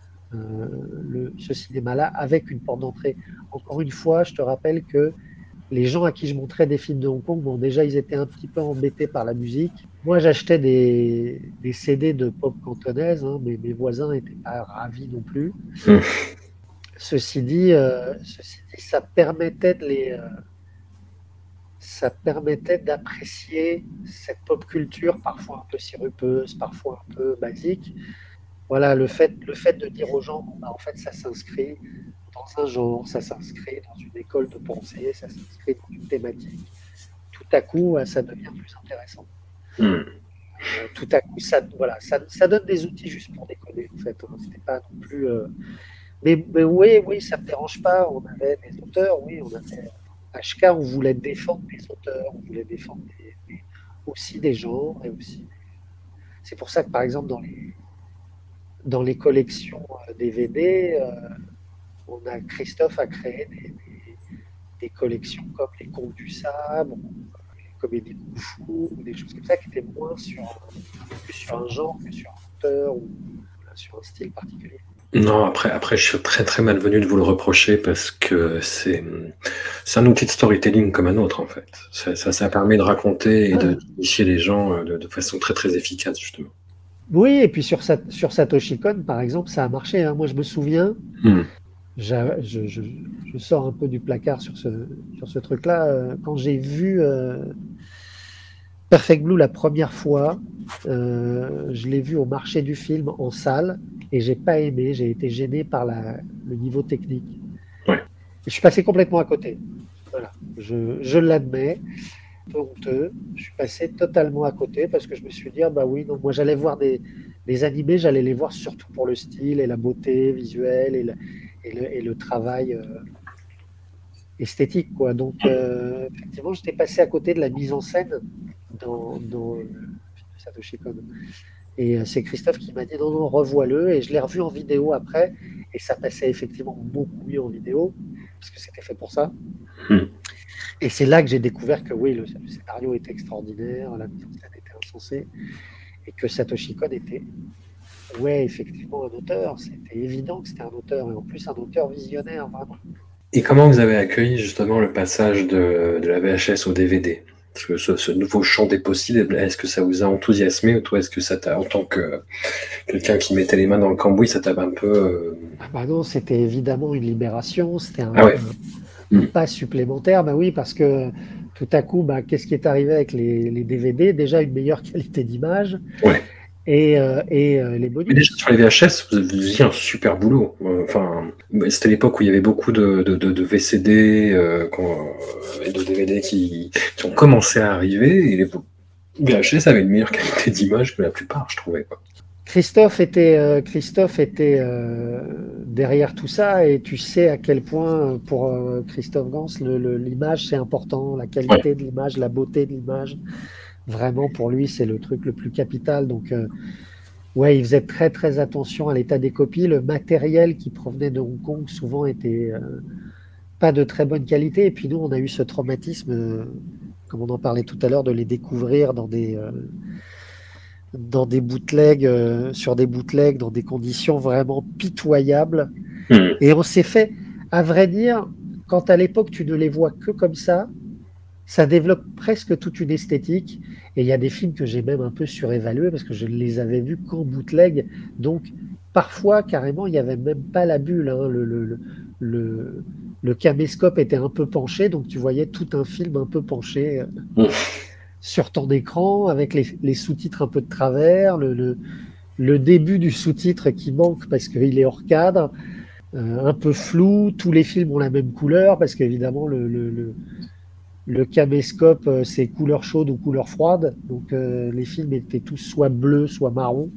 ce cinéma-là avec une porte d'entrée. Encore une fois, je te rappelle que les gens à qui je montrais des films de Hong Kong, bon, déjà, ils étaient un petit peu embêtés par la musique. Moi, j'achetais des CD de pop cantonaise, hein, mais mes voisins n'étaient pas ravis non plus. Ceci dit, ça permettait d'apprécier cette pop culture parfois un peu sirupeuse, parfois un peu basique. Voilà, le fait de dire aux gens, bon, bah, en fait, ça s'inscrit dans un genre, ça s'inscrit dans une école de pensée, ça s'inscrit dans une thématique. Tout à coup, ça devient plus intéressant. Tout à coup, ça donne des outils juste pour déconner, en fait. Hein. C'était pas non plus. Mais oui, ça me dérange pas. On avait des auteurs, oui, on avait HK, on voulait défendre des auteurs, on voulait défendre aussi des genres et aussi. C'est pour ça que, par exemple, dans les collections DVD, Christophe a créé des collections comme Les Contes du Sabre, les Comédies de Kung-Fu, ou des choses comme ça qui étaient moins plus sur un genre que sur un auteur ou sur un style particulier. Non, après, je suis très très malvenu de vous le reprocher parce que c'est un outil de storytelling comme un autre en fait. Ça permet de raconter et d'initier les gens de façon très très efficace justement. Oui, et puis sur Satoshi Kon, par exemple, ça a marché. Hein. Moi, je me souviens, je sors un peu du placard sur ce truc-là. Quand j'ai vu Perfect Blue la première fois, je l'ai vu au marché du film en salle et j'ai pas aimé. J'ai été gêné par le niveau technique. Ouais. Et je suis passé complètement à côté. Voilà, je l'admets. Un peu honteux. Je suis passé totalement à côté parce que je me suis dit, ah bah oui, non, moi j'allais voir des animés, j'allais les voir surtout pour le style et la beauté visuelle et le travail esthétique, quoi. Donc, effectivement, j'étais passé à côté de la mise en scène dans le film de Satoshi Kon. Et c'est Christophe qui m'a dit, non, revois-le. Et je l'ai revu en vidéo après. Et ça passait effectivement beaucoup mieux en vidéo parce que c'était fait pour ça. Et c'est là que j'ai découvert que oui, le scénario était extraordinaire, la mise en scène était insensée, et que Satoshi Kon était, effectivement un auteur. C'était évident que c'était un auteur, et en plus un auteur visionnaire, vraiment. Et comment vous avez accueilli justement le passage de la VHS au DVD ? Parce que ce nouveau champ des possibles, est-ce que ça vous a enthousiasmé ou toi, est-ce que ça t'a, en tant que quelqu'un qui mettait les mains dans le cambouis, ça t'a un peu... Bah non, c'était évidemment une libération, c'était un pas supplémentaire, bah oui, parce que tout à coup, qu'est-ce qui est arrivé avec les DVD ? Déjà une meilleure qualité d'image et les bonus. Mais déjà sur les VHS, vous faisiez un super boulot. Enfin, c'était l'époque où il y avait beaucoup de VCD et de DVD qui ont commencé à arriver et les VHS avaient une meilleure qualité d'image que la plupart, je trouvais. Christophe était derrière tout ça, et tu sais à quel point pour Christophe Gans, l'image c'est important, la qualité de l'image, la beauté de l'image. Vraiment pour lui c'est le truc le plus capital. Donc ouais, il faisait très très attention à l'état des copies. Le matériel qui provenait de Hong Kong souvent était pas de très bonne qualité. Et puis nous, on a eu ce traumatisme, comme on en parlait tout à l'heure, de les découvrir dans des bootlegs, sur des bootlegs, dans des conditions vraiment pitoyables. Et on s'est fait, à vrai dire, quand à l'époque tu ne les vois que comme ça développe presque toute une esthétique. Et il y a des films que j'ai même un peu surévalués parce que je ne les avais vus qu'en bootleg. Donc, parfois, carrément, il n'y avait même pas la bulle. Hein. Le caméscope était un peu penché, donc tu voyais tout un film un peu penché sur ton écran avec les sous-titres un peu de travers, le début du sous-titre qui manque parce qu'il est hors cadre, un peu flou. Tous les films ont la même couleur parce qu'évidemment, le caméscope, c'est couleur chaude ou couleur froide. Donc, les films étaient tous soit bleus, soit marrons.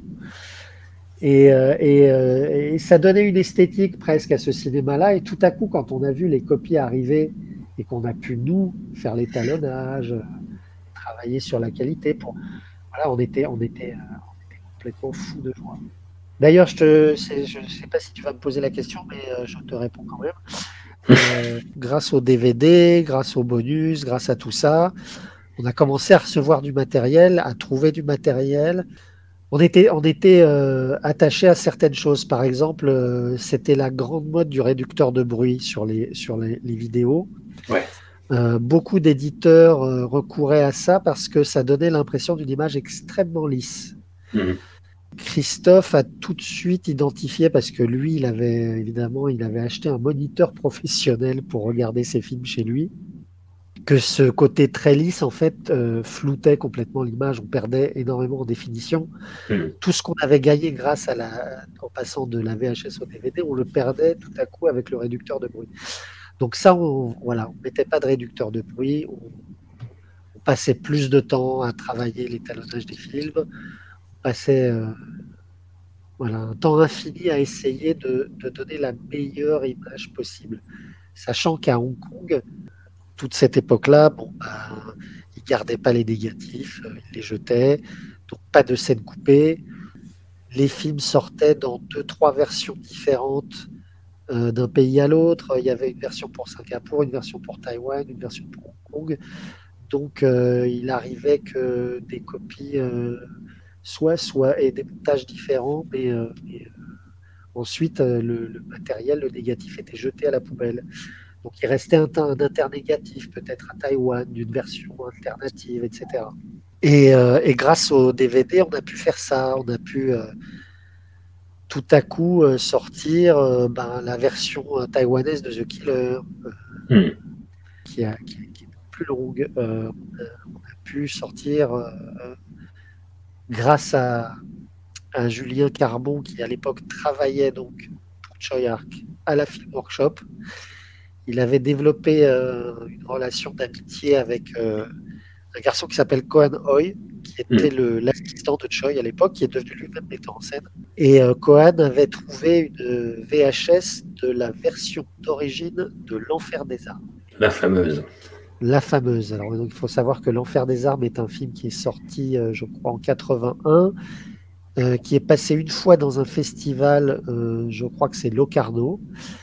Et ça donnait une esthétique presque à ce cinéma-là. Et tout à coup, quand on a vu les copies arriver et qu'on a pu, nous, faire l'étalonnage, travailler sur la qualité, voilà, on était complètement fous de joie. D'ailleurs, je ne sais pas si tu vas me poser la question, mais je te réponds quand même. Grâce au DVD, grâce au bonus, grâce à tout ça, on a commencé à recevoir du matériel, à trouver du matériel. On était attaché à certaines choses. Par exemple, c'était la grande mode du réducteur de bruit sur les vidéos. Ouais. Beaucoup d'éditeurs recouraient à ça parce que ça donnait l'impression d'une image extrêmement lisse. Christophe a tout de suite identifié, parce que lui, il avait acheté un moniteur professionnel pour regarder ses films chez lui, que ce côté très lisse, en fait, floutait complètement l'image. On perdait énormément en définition. Tout ce qu'on avait gagné grâce en passant de la VHS au DVD, on le perdait tout à coup avec le réducteur de bruit. Donc ça, on mettait pas de réducteur de bruit, on passait plus de temps à travailler l'étalonnage des films, on passait un temps infini à essayer de donner la meilleure image possible. Sachant qu'à Hong Kong, toute cette époque-là, ils ne gardaient pas les négatifs, ils les jetaient, donc pas de scènes coupées. Les films sortaient dans 2-3 versions différentes d'un pays à l'autre. Il y avait une version pour Singapour, une version pour Taïwan, une version pour Hong Kong. Donc il arrivait que des copies et des montages différents, mais ensuite le matériel, le négatif était jeté à la poubelle. Donc il restait un internégatif peut-être à Taïwan, d'une version alternative, etc. Et grâce au DVD, on a pu faire ça, on a pu tout à coup sortir la version taïwanaise de The Killer, qui est plus longue. On a pu sortir grâce à Julien Carbon, qui à l'époque travaillait donc pour Choi Ark à la Film Workshop. Il avait développé une relation d'amitié avec un garçon qui s'appelle Cohen Hoy, qui était l'assistant de Choi à l'époque, qui est devenu lui-même metteur en scène. Et Cohen avait trouvé une VHS de la version d'origine de L'Enfer des Armes. La fameuse. La fameuse. Alors, donc, il faut savoir que L'Enfer des Armes est un film qui est sorti, je crois, en 81, qui est passé une fois dans un festival, je crois que c'est Locarno,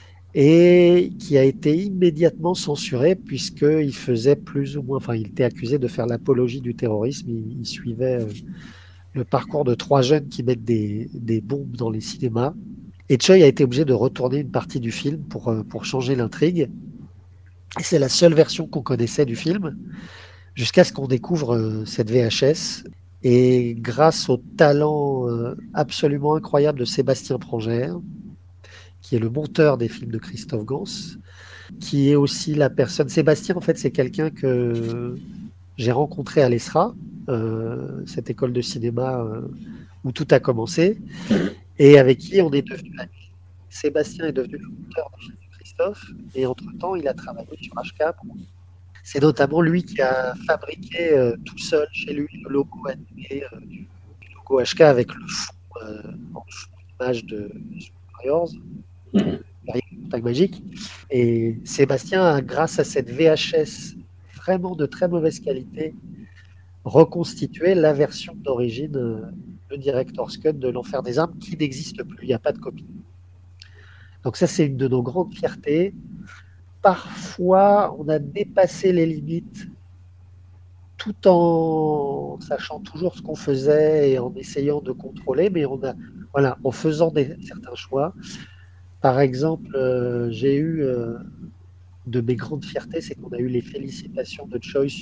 et qui a été immédiatement censuré puisqu'il faisait plus ou moins, il était accusé de faire l'apologie du terrorisme. Il suivait le parcours de 3 jeunes qui mettent des bombes dans les cinémas. Et Choi a été obligé de retourner une partie du film pour changer l'intrigue. Et c'est la seule version qu'on connaissait du film, jusqu'à ce qu'on découvre cette VHS. Et grâce au talent absolument incroyable de Sébastien Prangère, qui est le monteur des films de Christophe Gans, qui est aussi la personne... Sébastien, en fait, c'est quelqu'un que j'ai rencontré à l'ESRA, cette école de cinéma où tout a commencé, et avec qui on est devenu amis. Sébastien est devenu le monteur des films de Christophe, et entre-temps, il a travaillé sur HK. C'est notamment lui qui a fabriqué tout seul chez lui le logo animé du logo HK avec le fond en fond d'image de Super Warriors. Contact magique. Et Sébastien a, grâce à cette VHS vraiment de très mauvaise qualité, reconstitué la version d'origine, le Director's Cut de l'Enfer des Armes, qui n'existe plus, il n'y a pas de copie. Donc ça, c'est une de nos grandes fiertés. Parfois, on a dépassé les limites tout en sachant toujours ce qu'on faisait et en essayant de contrôler, mais en faisant certains choix. Par exemple, j'ai eu de mes grandes fiertés, c'est qu'on a eu les félicitations de Choice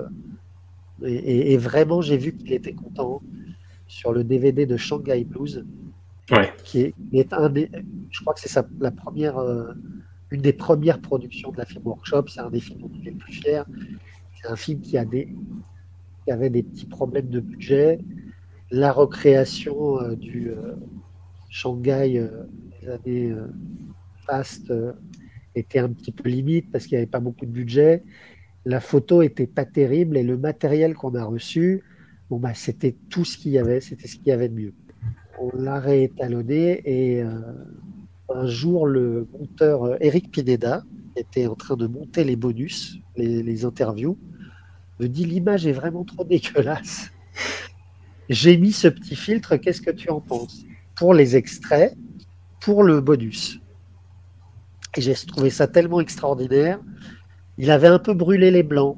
et vraiment, j'ai vu qu'il était content sur le DVD de Shanghai Blues, qui est je crois que c'est une des premières productions de la Film Workshop. C'est un des films dont il est le plus fier. C'est un film qui avait des petits problèmes de budget. La recréation du Shanghai des années fastes était un petit peu limite parce qu'il n'y avait pas beaucoup de budget. La photo était pas terrible et le matériel qu'on a reçu, c'était tout ce qu'il y avait, c'était ce qu'il y avait de mieux. On l'a réétalonné et un jour, le monteur Eric Pineda était en train de monter les bonus, les interviews, me dit l'image est vraiment trop dégueulasse. J'ai mis ce petit filtre, qu'est-ce que tu en penses? Pour les extraits, pour le bonus. Et j'ai trouvé ça tellement extraordinaire. Il avait un peu brûlé les blancs,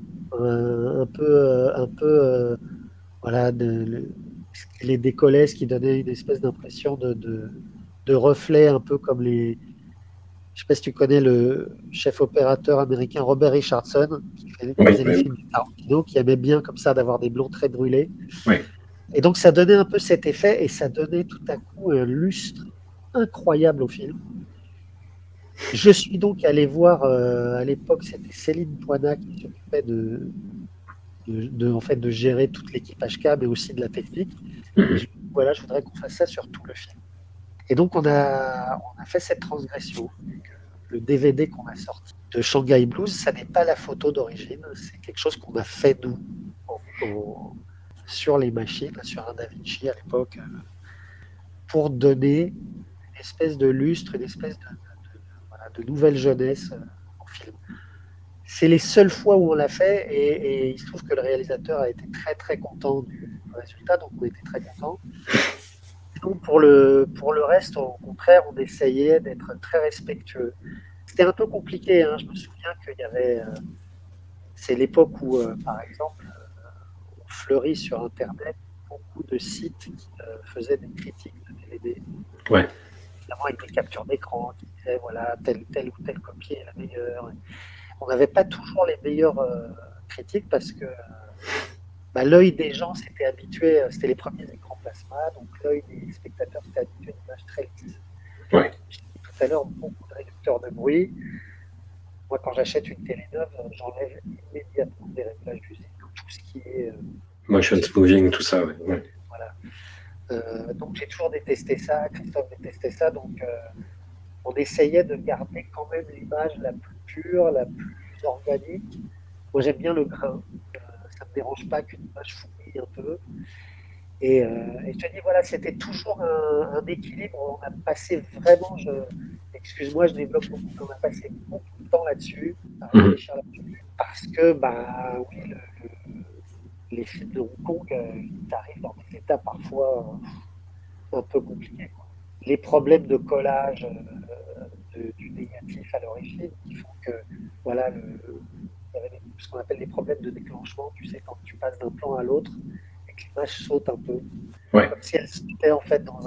les décollait, ce qui donnait une espèce d'impression de reflet, un peu comme les... Je ne sais pas si tu connais le chef opérateur américain Robert Richardson, qui faisait les films de Tarantino, qui aimait bien comme ça d'avoir des blancs très brûlés. Oui. Et donc ça donnait un peu cet effet et ça donnait tout à coup un lustre incroyable au film. Je suis donc allé voir, à l'époque, c'était Céline Poinat qui s'occupait de gérer toute l'équipe HK, mais aussi de la technique. Je voudrais qu'on fasse ça sur tout le film. Et donc, on a fait cette transgression. Le DVD qu'on a sorti de Shanghai Blues, ça n'est pas la photo d'origine, c'est quelque chose qu'on a fait, nous, sur les machines, sur un Da Vinci à l'époque, pour donner une espèce de lustre, une espèce de nouvelle jeunesse au film. C'est les seules fois où on l'a fait et il se trouve que le réalisateur a été très très content du résultat, donc on était très contents. Donc pour le reste, au contraire, on essayait d'être très respectueux. C'était un peu compliqué, hein. Je me souviens qu'il y avait... c'est l'époque où, par exemple, on fleurit sur Internet beaucoup de sites qui faisaient des critiques de DVD. Ouais. Évidemment, avec des captures d'écran qui disaient, voilà, telle ou telle copie est la meilleure. On n'avait pas toujours les meilleures critiques parce que l'œil des gens s'était habitué, c'était les premiers écrans plasma, donc l'œil des spectateurs s'était habitué à une image très lisse. Ouais. J'ai dit tout à l'heure, beaucoup de réducteurs de bruit. Moi, quand j'achète une télé neuve, j'enlève immédiatement des réglages d'usine, tout ce qui est... motion smoothing, tout ça, ouais. Voilà. Donc j'ai toujours détesté ça, Christophe détestait ça, donc on essayait de garder quand même l'image la plus pure, la plus organique. Moi j'aime bien le grain, ça ne me dérange pas qu'une image fouille un peu. Et je te dis, voilà, c'était toujours un équilibre. On a passé vraiment, excuse-moi, je développe beaucoup, on a passé beaucoup de temps là-dessus, à réfléchir là-dessus, parce que, oui, les films de Hong Kong, ils arrivent dans des états parfois un peu compliqués, quoi. Les problèmes de collage du négatif à l'origine qui font que, voilà, il y avait ce qu'on appelle des problèmes de déclenchement, tu sais, quand tu passes d'un plan à l'autre et que l'image saute un peu. Ouais. Comme si elle sautait en fait dans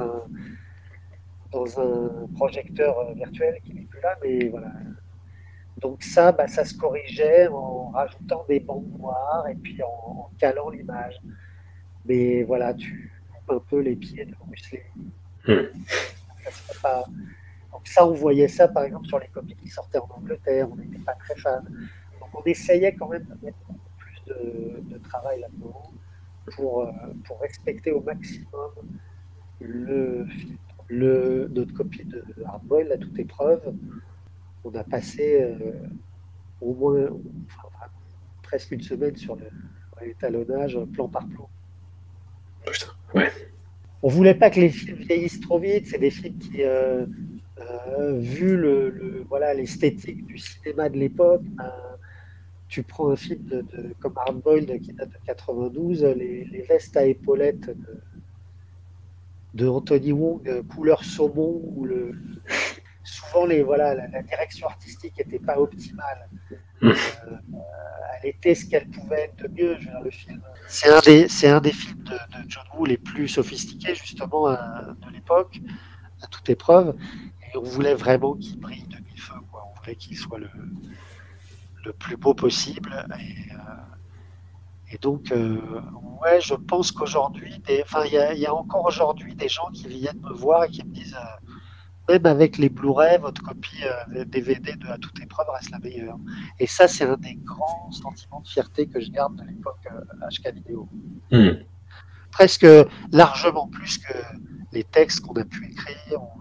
un projecteur virtuel qui n'est plus là, mais voilà. Donc ça se corrigeait en rajoutant des bandes noires et puis en calant l'image. Mais voilà, tu coupes un peu les pieds de Bruce Lee. Donc ça, on voyait ça par exemple sur les copies qui sortaient en Angleterre, on n'était pas très fans. Donc on essayait quand même de mettre beaucoup plus de travail là-dedans pour respecter au maximum notre copie de Hardboiled à toute épreuve. On a passé au moins presque une semaine sur l'étalonnage plan par plan. Putain, ouais. On voulait pas que les films vieillissent trop vite. C'est des films qui Vu voilà, l'esthétique du cinéma de l'époque, tu prends un film comme Hard Boiled qui date de 92, les vestes à épaulettes de Anthony Wong, couleur saumon, souvent voilà, la direction artistique n'était pas optimale. Elle était ce qu'elle pouvait être de mieux. Je veux dire, le film, c'est un des films de John Woo les plus sophistiqués justement de l'époque, à toute épreuve. Et on voulait vraiment qu'il brille de mille feux, quoi. On voulait qu'il soit le plus beau possible. Et donc, ouais, je pense qu'aujourd'hui, il y a encore aujourd'hui des gens qui viennent me voir et qui me disent, même avec les Blu-ray, votre copie DVD de À toute épreuve reste la meilleure. Et ça, c'est un des grands sentiments de fierté que je garde de l'époque HK Vidéo. Presque largement plus que les textes qu'on a pu écrire ou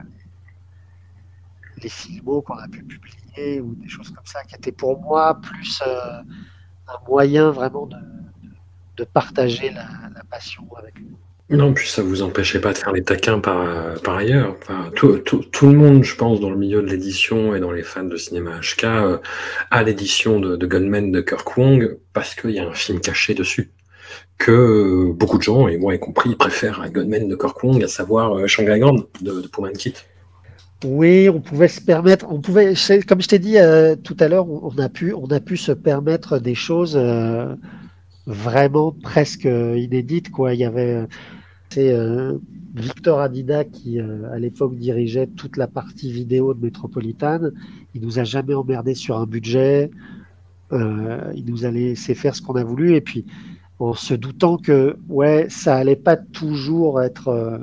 les filmos qu'on a pu publier ou des choses comme ça, qui étaient pour moi plus un moyen vraiment de partager la passion avec lui. Non, puis ça vous empêchait pas de faire les taquins par ailleurs. Enfin, tout le monde, je pense, dans le milieu de l'édition et dans les fans de cinéma HK, a l'édition de Gunman de Kirk Wong parce qu'il y a un film caché dessus. Que beaucoup de gens, et moi y compris, préfèrent Gunman de Kirk Wong, à savoir Shanghai Grand de Pullman Kit. Oui, on pouvait se permettre, comme je t'ai dit tout à l'heure, on a pu se permettre des choses vraiment presque inédites, quoi. Il y avait Victor Adida qui à l'époque dirigeait toute la partie vidéo de Metropolitan. Il nous a jamais emmerdé sur un budget. Il nous a laissé faire ce qu'on a voulu, et puis en se doutant que ouais, ça allait pas toujours être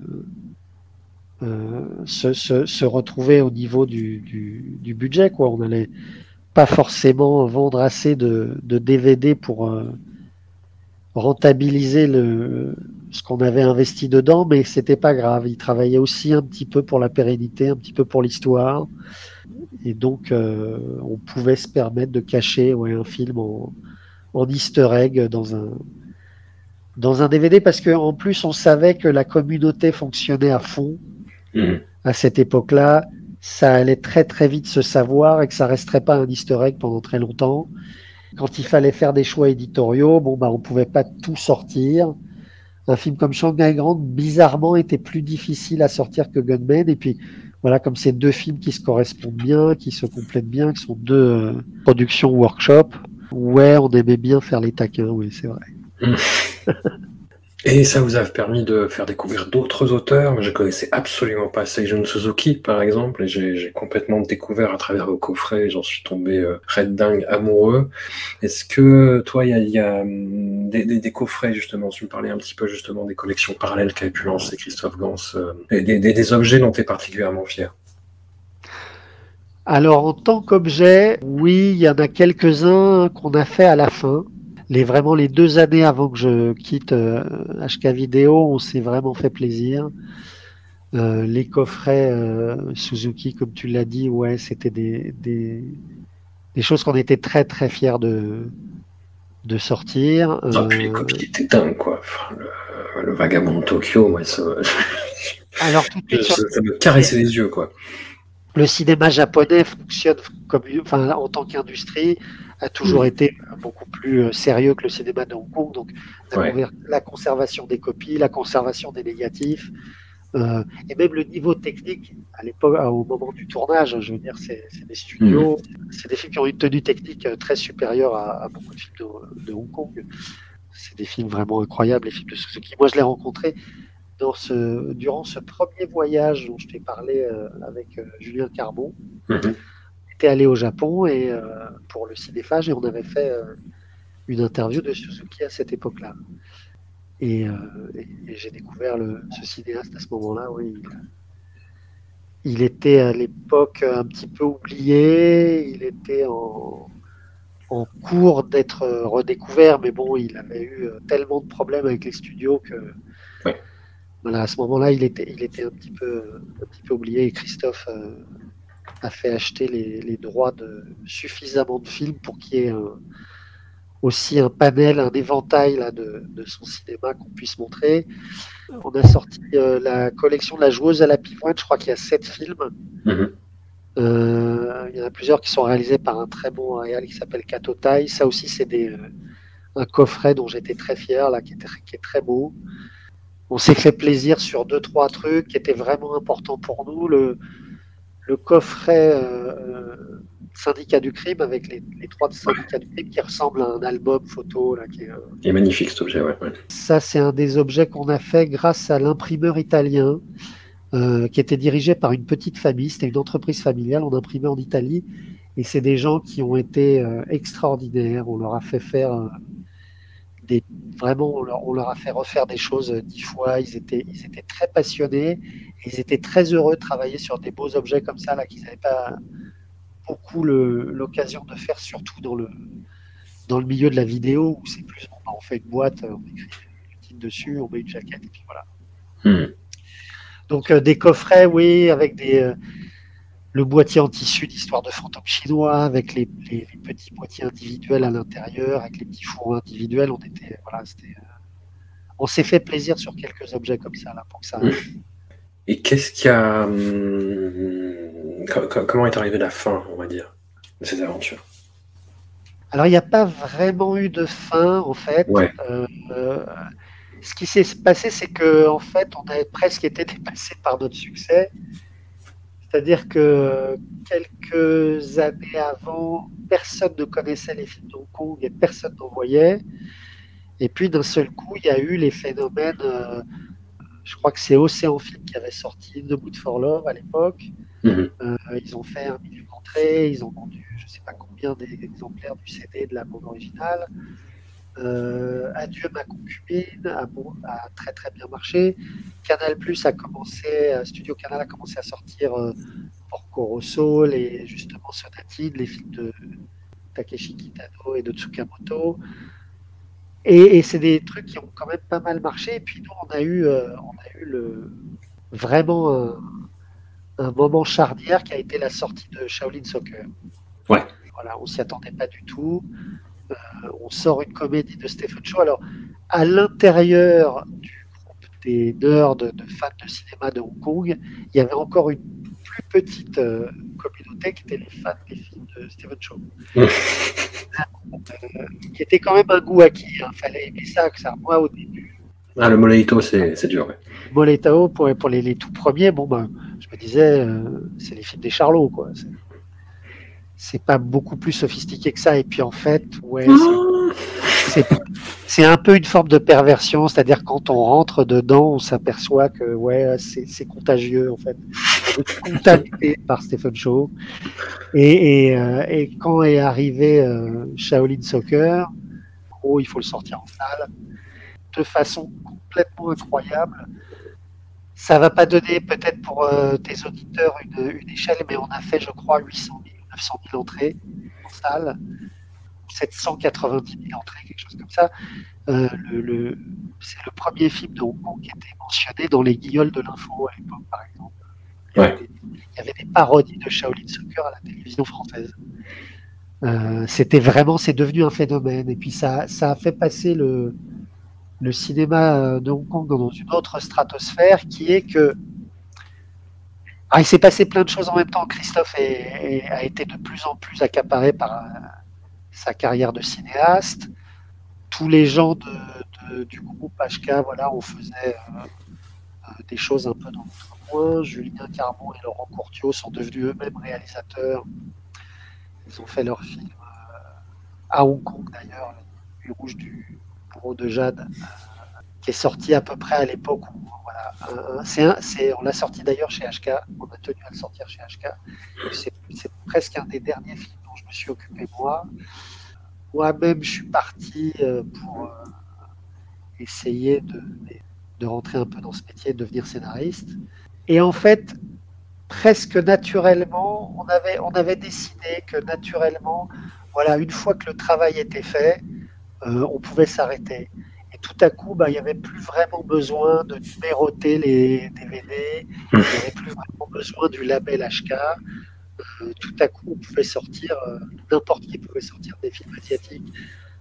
se retrouver au niveau du budget, quoi. On allait pas forcément vendre assez de DVD pour rentabiliser ce qu'on avait investi dedans, mais c'était pas grave. Il travaillait aussi un petit peu pour la pérennité, un petit peu pour l'histoire, et donc on pouvait se permettre de cacher un film en easter egg dans un DVD, parce qu'en plus on savait que la communauté fonctionnait à fond. À cette époque-là, ça allait très très vite se savoir et que ça resterait pas un easter egg pendant très longtemps. Quand il fallait faire des choix éditoriaux, on pouvait pas tout sortir. Un film comme Shanghai Grand, bizarrement, était plus difficile à sortir que Gunman. Et puis, voilà, comme c'est deux films qui se correspondent bien, qui se complètent bien, qui sont deux productions workshop, ouais, on aimait bien faire les taquins, oui, c'est vrai. Et ça vous a permis de faire découvrir d'autres auteurs. Je connaissais absolument pas Seijun Suzuki, par exemple, et j'ai complètement découvert à travers vos coffrets, et j'en suis tombé red dingue amoureux. Est-ce que toi, il y a des coffrets, justement, tu me parlais un petit peu justement des collections parallèles qu'avait pu lancer Christophe Gans, et des objets dont tu es particulièrement fier? Alors, en tant qu'objet, oui, il y en a quelques-uns qu'on a fait à la fin. Vraiment les 2 années avant que je quitte HK Vidéo, on s'est vraiment fait plaisir. Les coffrets Suzuki, comme tu l'as dit, ouais, c'était des choses qu'on était très très fiers de sortir. Puis les copies étaient dingues, quoi. Enfin, le Vagabond de Tokyo, moi, ça me caressait les yeux, quoi. Le cinéma japonais fonctionne en tant qu'industrie, a toujours été beaucoup plus sérieux que le cinéma de Hong Kong. Donc, la conservation des copies, la conservation des négatifs, et même le niveau technique à l'époque, au moment du tournage, je veux dire, c'est des studios, c'est des films qui ont une tenue technique très supérieure à beaucoup de films de Hong Kong. C'est des films vraiment incroyables, les films de Suzuki. Moi, je l'ai rencontré durant ce premier voyage dont je t'ai parlé avec Julien Carbon. On était allé au Japon et pour le Cinéphage, et on avait fait une interview de Suzuki à cette époque-là. Et j'ai découvert ce cinéaste à ce moment-là. Oui, il était à l'époque un petit peu oublié, il était en cours d'être redécouvert, mais bon, il avait eu tellement de problèmes avec les studios que voilà, à ce moment-là, il était un petit peu oublié, et Christophe a fait acheter les droits de suffisamment de films pour qu'il y ait aussi un panel, un éventail là, de son cinéma qu'on puisse montrer. On a sorti la collection de la joueuse à la pivoine, je crois qu'il y a 7 films. Mhm. Il y en a plusieurs qui sont réalisés par un très bon réal qui s'appelle Kato Tai. Ça aussi, c'est un coffret dont j'étais très fier, là, qui est très beau. On s'est fait plaisir sur 2-3 trucs qui étaient vraiment importants pour nous. Le coffret Syndicat du crime avec les 3 syndicats du crime qui ressemble à un album photo. Là, Il est magnifique cet objet, ouais. Ça, c'est un des objets qu'on a fait grâce à l'imprimeur italien qui était dirigé par une petite famille. C'était une entreprise familiale, on imprimait en Italie. Et c'est des gens qui ont été extraordinaires. On leur a fait faire vraiment, on leur a fait refaire des choses 10 fois. Ils étaient très passionnés. Et ils étaient très heureux de travailler sur des beaux objets comme ça, là, qu'ils n'avaient pas beaucoup l'occasion de faire, surtout dans le milieu de la vidéo, où c'est plus, on fait une boîte, on écrit le titre dessus, on met une jaquette, et puis voilà. Donc des coffrets, oui, avec le boîtier en tissu d'histoire de fantômes chinois, avec les petits boîtiers individuels à l'intérieur, avec les petits fours individuels. On s'est fait plaisir sur quelques objets comme ça, là, pour que ça. Et qu'est-ce qu'il y a comment est arrivée la fin, on va dire, de cette aventure? Alors, il n'y a pas vraiment eu de fin, en fait. Ouais. Ce qui s'est passé, c'est que, en fait, on avait presque été dépassé par notre succès. C'est-à-dire que quelques années avant, personne ne connaissait les films d'Hong Kong et personne n'en voyait. Et puis, d'un seul coup, il y a eu les phénomènes. Je crois que c'est Océan Film qui avait sorti The Mood for Love à l'époque. Ils ont fait 1 million d'entrées, ils ont vendu je ne sais pas combien d'exemplaires du CD de la bande originale. Adieu ma concubine a très très bien marché. Canal Plus a commencé, Studio Canal a commencé à sortir Porco Rosso, justement Sonatine, les films de Takeshi Kitano et de Tsukamoto. Et c'est des trucs qui ont quand même pas mal marché. Et puis nous, on a eu vraiment un moment charnière qui a été la sortie de Shaolin Soccer. Ouais. Voilà, on s'y attendait pas du tout. On sort une comédie de Stephen Chow. Alors, à l'intérieur du groupe des nerds de fans de cinéma de Hong Kong, il y avait encore une plus petite communauté qui était les fans des films de Stephen Chow. Qui était quand même un goût acquis. Fallait aimer ça, que ça. Moi, au début. Le Moleito, c'est dur. Ouais. Moleito, pour les tout premiers, je me disais, c'est les films des Charlots, quoi. C'est pas beaucoup plus sophistiqué que ça. Et puis en fait, ouais, c'est un peu une forme de perversion. C'est-à-dire quand on rentre dedans, on s'aperçoit que ouais, c'est contagieux en fait. On est contaminé par Stephen Chow. Et quand est arrivé Shaolin Soccer, il faut le sortir en salle de façon complètement incroyable. Ça va pas donner peut-être pour tes auditeurs une échelle, mais on a fait, je crois, 800 000 ou 900 000 entrées en salle, 790 000 entrées, quelque chose comme ça. C'est le premier film de Hong Kong qui était mentionné dans les guignols de l'info à l'époque, par exemple. Il y avait des parodies de Shaolin Soccer à la télévision française. C'est devenu un phénomène. Et puis ça a fait passer le cinéma de Hong Kong dans une autre stratosphère, qui est que il s'est passé plein de choses en même temps. Christophe a été de plus en plus accaparé par sa carrière de cinéaste. Tous les gens du groupe HK, voilà, on faisait des choses un peu dans notre coin. Julien Carbon et Laurent Courtiot sont devenus eux-mêmes réalisateurs. Ils ont fait leur film à Hong Kong d'ailleurs, Le Rouge du Bourreau de Jade, qui est sorti à peu près à l'époque où on l'a sorti d'ailleurs chez HK, on a tenu à le sortir chez HK. C'est presque un des derniers films dont je me suis occupé moi. Moi-même, je suis parti pour essayer de rentrer un peu dans ce métier, de devenir scénariste. Et en fait, presque naturellement, on avait décidé que naturellement, voilà, une fois que le travail était fait, on pouvait s'arrêter. Et tout à coup, il n'y avait plus vraiment besoin de numéroter les DVD, il n'y avait plus vraiment besoin du label HK. Tout à coup, on pouvait sortir, n'importe qui pouvait sortir des films asiatiques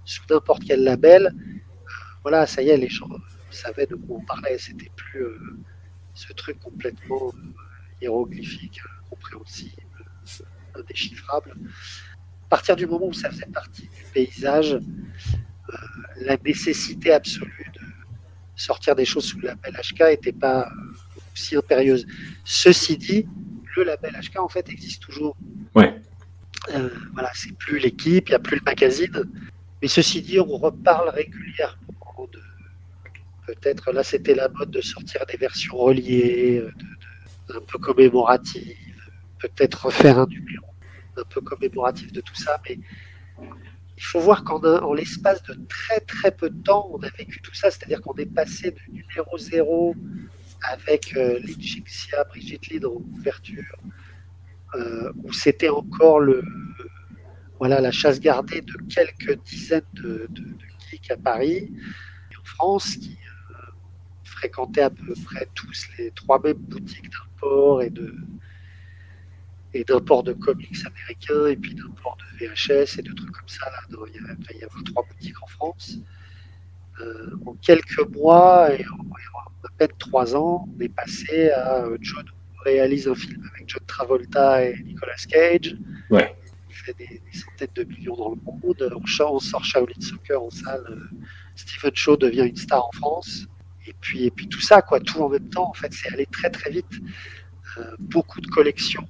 sous n'importe quel label, voilà, ça y est, les gens savaient de quoi on parlait. C'était plus ce truc complètement hiéroglyphique, incompréhensible, indéchiffrable. À partir du moment où ça faisait partie du paysage, la nécessité absolue de sortir des choses sous le label HK n'était pas aussi impérieuse. Ceci dit, le label HK en fait existe toujours. Ouais. Voilà, c'est plus l'équipe, il n'y a plus le magazine. Mais ceci dit, on reparle régulièrement de peut-être, là c'était la mode de sortir des versions reliées, un peu commémoratives, peut-être refaire un numéro un peu commémoratif de tout ça, mais il faut voir qu'en l'espace de très très peu de temps, on a vécu tout ça, c'est-à-dire qu'on est passé de numéro 0 avec Linchixia, Brigitte Lynn en couverture, où c'était encore la chasse gardée de quelques dizaines de geeks à Paris et en France qui fréquentaient à peu près tous les 3 mêmes boutiques d'import et d'import de comics américains et puis d'import de VHS et de trucs comme ça. Là, il va y avoir 3 boutiques en France. En quelques mois et en à peine 3 ans, on est passé à John réalise un film avec John Travolta et Nicolas Cage. Ouais. Il fait des centaines de millions dans le monde. On sort Shaolin Soccer en salle. Stephen Chow devient une star en France. Et puis tout ça, quoi, tout en même temps, en fait, c'est allé très très vite. Beaucoup de collections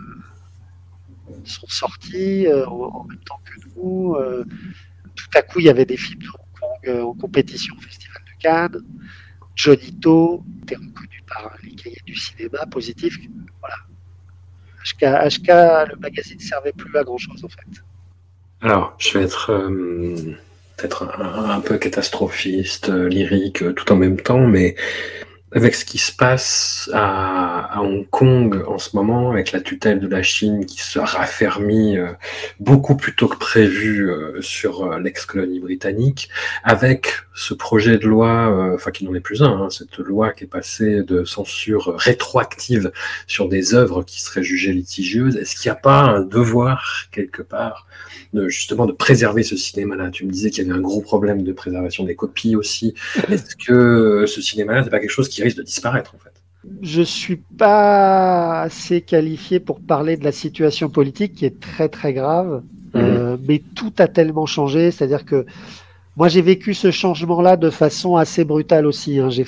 sont sorties en même temps que nous. Tout à coup, il y avait des films de Hong Kong en compétition au Festival de Cannes. Johnny To était reconnu par les cahiers du cinéma positif. Voilà. HK, le magazine ne servait plus à grand chose en fait. Alors, je vais être peut-être un peu catastrophiste, lyrique, tout en même temps, mais avec ce qui se passe à Hong Kong en ce moment, avec la tutelle de la Chine qui se raffermit beaucoup plus tôt que prévu sur l'ex-colonie britannique, avec ce projet de loi, qui n'en est plus un, cette loi qui est passée de censure rétroactive sur des œuvres qui seraient jugées litigieuses, est-ce qu'il n'y a pas un devoir, quelque part, justement de préserver ce cinéma-là? Tu me disais qu'il y avait un gros problème de préservation des copies aussi. Est-ce que ce cinéma-là, c'est pas quelque chose qui risque de disparaître en fait? Je suis pas assez qualifié pour parler de la situation politique qui est très très grave, mais tout a tellement changé, c'est-à-dire que moi j'ai vécu ce changement-là de façon assez brutale aussi. J'ai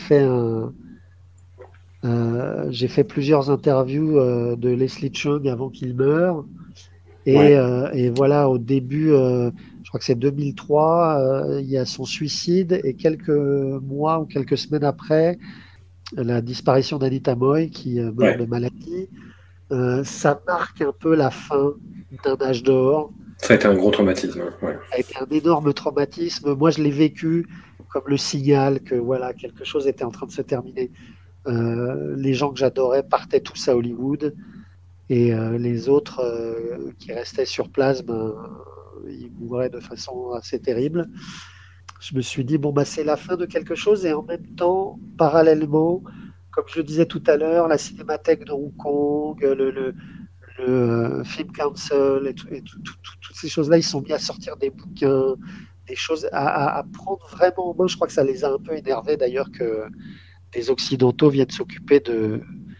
fait plusieurs interviews de Leslie Cheung avant qu'il meure. Et voilà, au début, je crois que c'est 2003, il y a son suicide et quelques mois ou quelques semaines après, la disparition d'Anita Moy qui meurt de maladie. Ça marque un peu la fin d'un âge d'or. Ça a été un gros traumatisme. Ouais. Ça a été un énorme traumatisme. Moi, je l'ai vécu comme le signal que voilà, quelque chose était en train de se terminer. Les gens que j'adorais partaient tous à Hollywood. Et les autres qui restaient sur place, ils mouraient de façon assez terrible. Je me suis dit, c'est la fin de quelque chose. Et en même temps, parallèlement, comme je le disais tout à l'heure, la Cinémathèque de Hong Kong, le Film Council, et toutes ces choses-là, ils sont mis à sortir des bouquins, des choses à prendre vraiment en main. Je crois que ça les a un peu énervés d'ailleurs que des Occidentaux viennent s'occuper de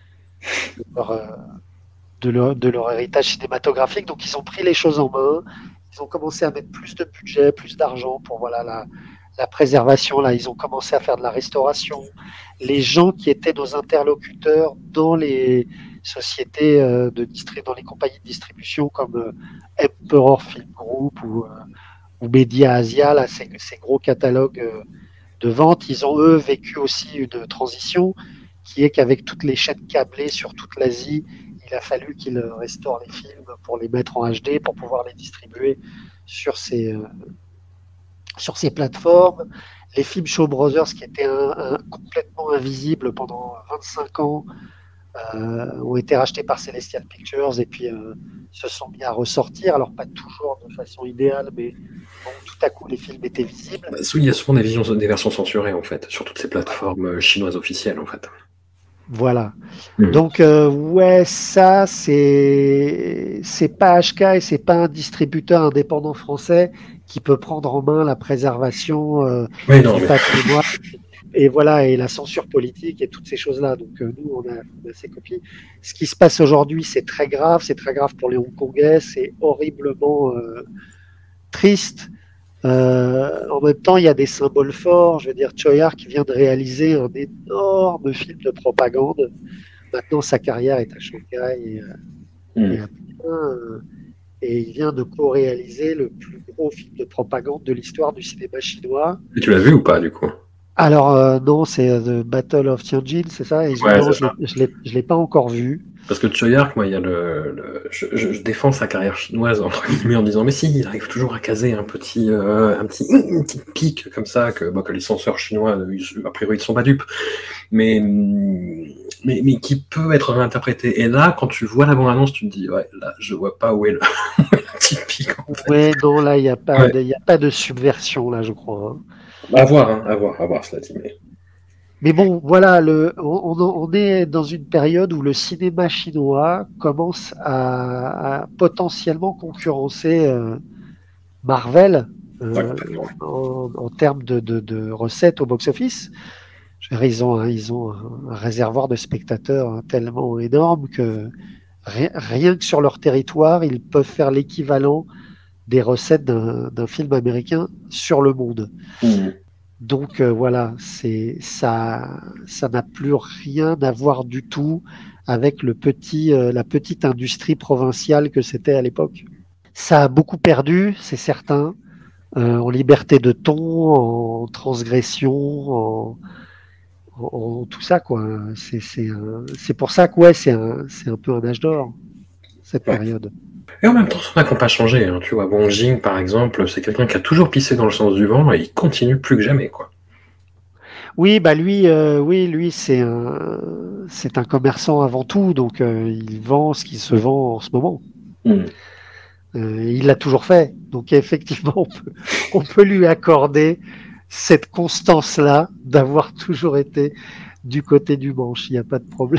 leur héritage cinématographique. Donc ils ont pris les choses en main, ils ont commencé à mettre plus de budget, plus d'argent pour la préservation. Là, ils ont commencé à faire de la restauration. Les gens qui étaient nos interlocuteurs dans les sociétés dans les compagnies de distribution comme Emperor Film Group ou Media Asia, là, ces gros catalogues de vente, ils ont eux vécu aussi une transition qui est qu'avec toutes les chaînes câblées sur toute l'Asie, il a fallu qu'ils restaurent les films pour les mettre en HD, pour pouvoir les distribuer sur ces plateformes. Les films Shaw Brothers, qui étaient complètement invisibles pendant 25 ans, ont été rachetés par Celestial Pictures et puis se sont mis à ressortir. Alors, pas toujours de façon idéale, mais tout à coup, les films étaient visibles. Oui, il y a souvent des versions censurées, en fait, sur toutes ces plateformes chinoises officielles, en fait. Voilà. Donc, ça, c'est c'est pas HK et c'est pas un distributeur indépendant français qui peut prendre en main la préservation du patrimoine et voilà, et la censure politique et toutes ces choses-là. Donc nous, on a ces copies. Ce qui se passe aujourd'hui, c'est très grave pour les Hongkongais, c'est horriblement triste. En même temps, il y a des symboles forts. Je veux dire, Choi Ark vient de réaliser un énorme film de propagande. Maintenant, sa carrière est à Shanghai et à Pékin. Et il vient de co-réaliser le plus gros film de propagande de l'histoire du cinéma chinois. Et tu l'as vu ou pas, du coup? Alors, non, c'est The Battle of Tianjin, c'est ça? Et je l'ai pas encore vu. Parce que Choi Ark, moi, il y a je défends sa carrière chinoise, entre guillemets, en disant, mais si, il arrive toujours à caser une petite pique comme ça, que les censeurs chinois, a priori, ils ne sont pas dupes, mais qui peut être réinterprété. Et là, quand tu vois la bande-annonce, tu te dis, ouais, là, je vois pas où est la petite pique, en fait. Ouais, non, là, il n'y a pas de subversion, là, je crois. Hein. À voir, cela dit, Mais bon, voilà, on est dans une période où le cinéma chinois commence à potentiellement concurrencer Marvel en termes de recettes au box-office. Ils ont un réservoir de spectateurs tellement énorme que rien que sur leur territoire, ils peuvent faire l'équivalent des recettes d'un film américain sur le monde. Donc voilà, ça n'a plus rien à voir du tout avec la petite industrie provinciale que c'était à l'époque. Ça a beaucoup perdu, c'est certain, en liberté de ton, en transgression, en tout ça, quoi. C'est pour ça que c'est un peu un âge d'or, cette période. Et en même temps, ça n'a pas changé. Hein. Tu vois, Wong Jing, par exemple, c'est quelqu'un qui a toujours pissé dans le sens du vent et il continue plus que jamais, quoi. Oui, bah lui, c'est un commerçant avant tout, donc il vend ce qui se vend en ce moment. Il l'a toujours fait, donc effectivement, on peut lui accorder cette constance-là d'avoir toujours été du côté du manche. Il n'y a pas de problème.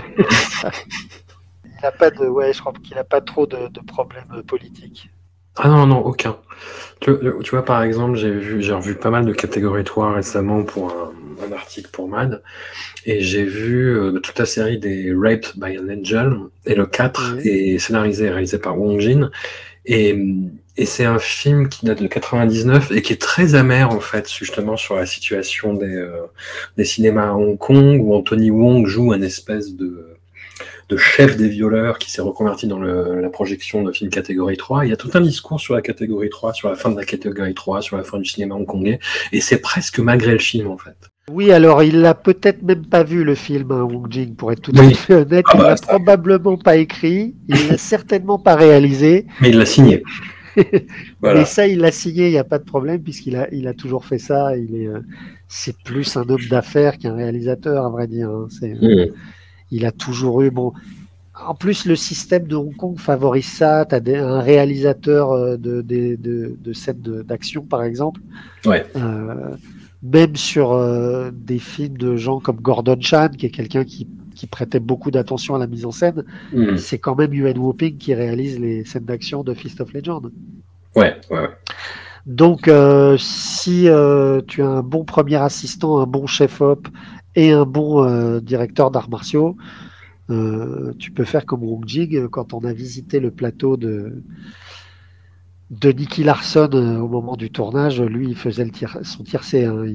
Je crois qu'il n'a pas trop de problèmes politiques. Ah non, aucun. Tu vois, par exemple, j'ai revu pas mal de catégorie 3 récemment pour un article pour Mad, et j'ai vu toute la série des Raped by an Angel, et le 4 est scénarisé et réalisé par Wong Jin, et c'est un film qui date de 99 et qui est très amer, en fait, justement, sur la situation des cinémas à Hong Kong, où Anthony Wong joue un espèce de chef des violeurs qui s'est reconverti dans la projection de films catégorie 3. Il y a tout un discours sur la catégorie 3, sur la fin de la catégorie 3, sur la fin du cinéma hongkongais, et c'est presque malgré le film, en fait. Oui, alors il l'a peut-être même pas vu, le film, hein, Wong Jing, pour être tout à fait honnête. Il l'a probablement pas écrit, il l'a certainement pas réalisé. Mais il l'a signé. Voilà. Mais ça, il l'a signé, il n'y a pas de problème, puisqu'il a toujours fait ça. C'est plus un homme d'affaires qu'un réalisateur, à vrai dire. Hein. Il a toujours eu... Bon, en plus, le système de Hong Kong favorise ça. Tu as un réalisateur de scènes d'action, par exemple. Ouais. Même sur des films de gens comme Gordon Chan, qui est quelqu'un qui prêtait beaucoup d'attention à la mise en scène, c'est quand même Yuen Woo-ping qui réalise les scènes d'action de Fist of Legend. Ouais. Donc, si tu as un bon premier assistant, un bon chef-op et un bon directeur d'arts martiaux, tu peux faire comme Wong Jing. Quand on a visité le plateau de Nicky Larson au moment du tournage, lui, il faisait son tiercé. Hein.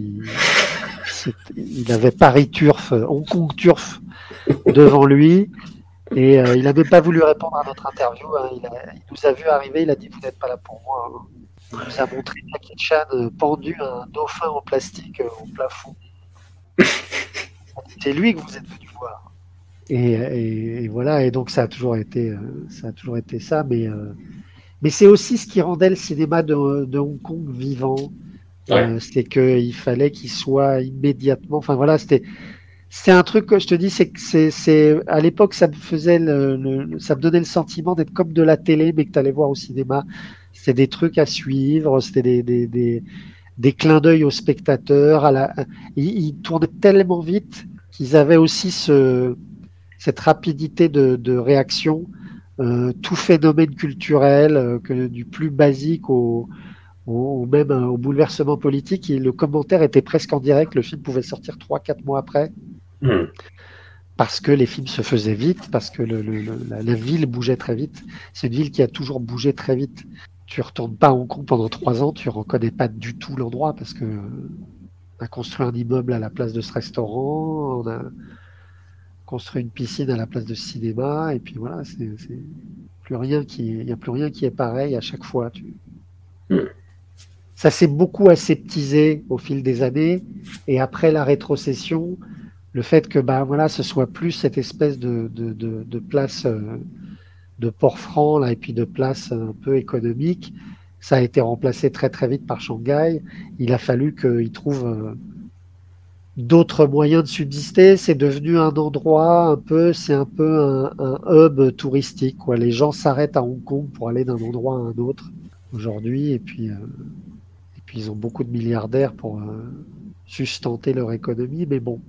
Il avait Paris Turf, Hong Kong Turf devant lui, et il n'a même pas voulu répondre à notre interview. Hein. Il nous a vu arriver, il a dit « Vous n'êtes pas là pour moi hein. ». Il nous a montré Jackie Chan pendu à un dauphin en plastique au plafond. C'est lui que vous êtes venu voir. Et voilà, et donc ça a toujours été ça, mais c'est aussi ce qui rendait le cinéma de Hong Kong vivant. Ouais. C'est qu'il fallait qu'il soit immédiatement. Enfin voilà, c'était un truc que je te dis, c'est que à l'époque ça me faisait ça me donnait le sentiment d'être comme de la télé, mais que tu allais voir au cinéma. C'était des trucs à suivre, c'était des clins d'œil aux spectateurs. Ils tournaient tellement vite qu'ils avaient aussi cette rapidité de réaction tout phénomène culturel, que du plus basique même au bouleversement politique. Et le commentaire était presque en direct. Le film pouvait sortir 3-4 mois après. Parce que les films se faisaient vite, parce que la ville bougeait très vite. C'est une ville qui a toujours bougé très vite. Tu retournes pas à Hong Kong pendant 3 ans, tu reconnais pas du tout l'endroit parce que on a construit un immeuble à la place de ce restaurant, on a construit une piscine à la place de ce cinéma, et puis voilà, il n'y a plus rien qui est pareil à chaque fois. Ça s'est beaucoup aseptisé au fil des années, et après la rétrocession, le fait que ce soit plus cette espèce de place de port franc là, et puis de place un peu économique, ça a été remplacé très très vite par Shanghai. Il a fallu qu'ils trouvent d'autres moyens de subsister. C'est devenu un endroit c'est un peu un hub touristique, quoi. Les gens s'arrêtent à Hong Kong pour aller d'un endroit à un autre aujourd'hui, et puis ils ont beaucoup de milliardaires pour sustenter leur économie, mais bon.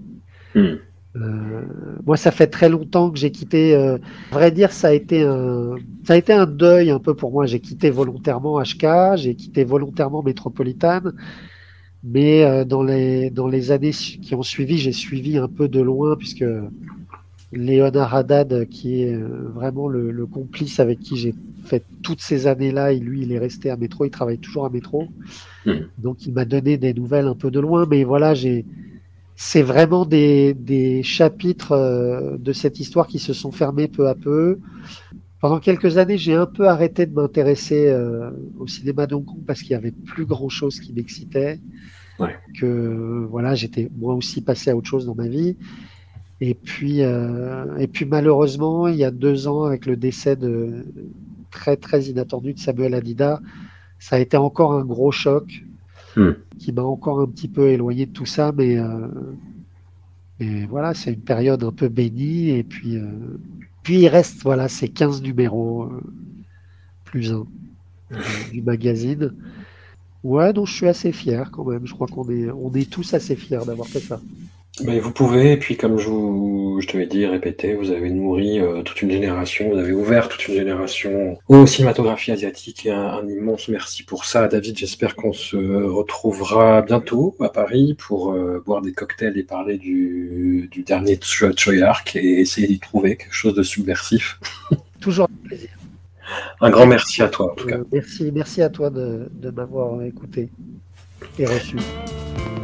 Moi, ça fait très longtemps que j'ai quitté. À vrai dire, ça a été un deuil un peu pour moi. J'ai quitté volontairement HK, j'ai quitté volontairement Metropolitan, mais dans les années qui ont suivi, j'ai suivi un peu de loin, puisque Léonard Haddad, qui est vraiment le complice avec qui j'ai fait toutes ces années-là, et lui, il est resté à Métro, il travaille toujours à Métro. Donc, il m'a donné des nouvelles un peu de loin, mais voilà, c'est vraiment des chapitres de cette histoire qui se sont fermés peu à peu. Pendant quelques années, j'ai un peu arrêté de m'intéresser au cinéma de Hong Kong parce qu'il y avait plus grand-chose qui m'excitait. Que voilà, j'étais moi aussi passé à autre chose dans ma vie. Et puis malheureusement, il y a 2 ans, avec le décès très très inattendu de Samuel Hadida, ça a été encore un gros choc. Qui m'a encore un petit peu éloigné de tout ça, mais voilà, c'est une période un peu bénie, et puis il reste ces 15 numéros plus un du magazine. Ouais, donc je suis assez fier quand même. Je crois qu'on est tous assez fiers d'avoir fait ça. Vous pouvez, et puis comme je te l'ai dit, répété, vous avez nourri toute une génération, vous avez ouvert toute une génération aux cinématographies asiatiques, et un immense merci pour ça. David, j'espère qu'on se retrouvera bientôt à Paris pour boire des cocktails et parler du dernier Tsui Hark et essayer d'y trouver quelque chose de subversif. Toujours un plaisir. Un grand merci à toi en tout cas. Merci à toi de m'avoir écouté et reçu.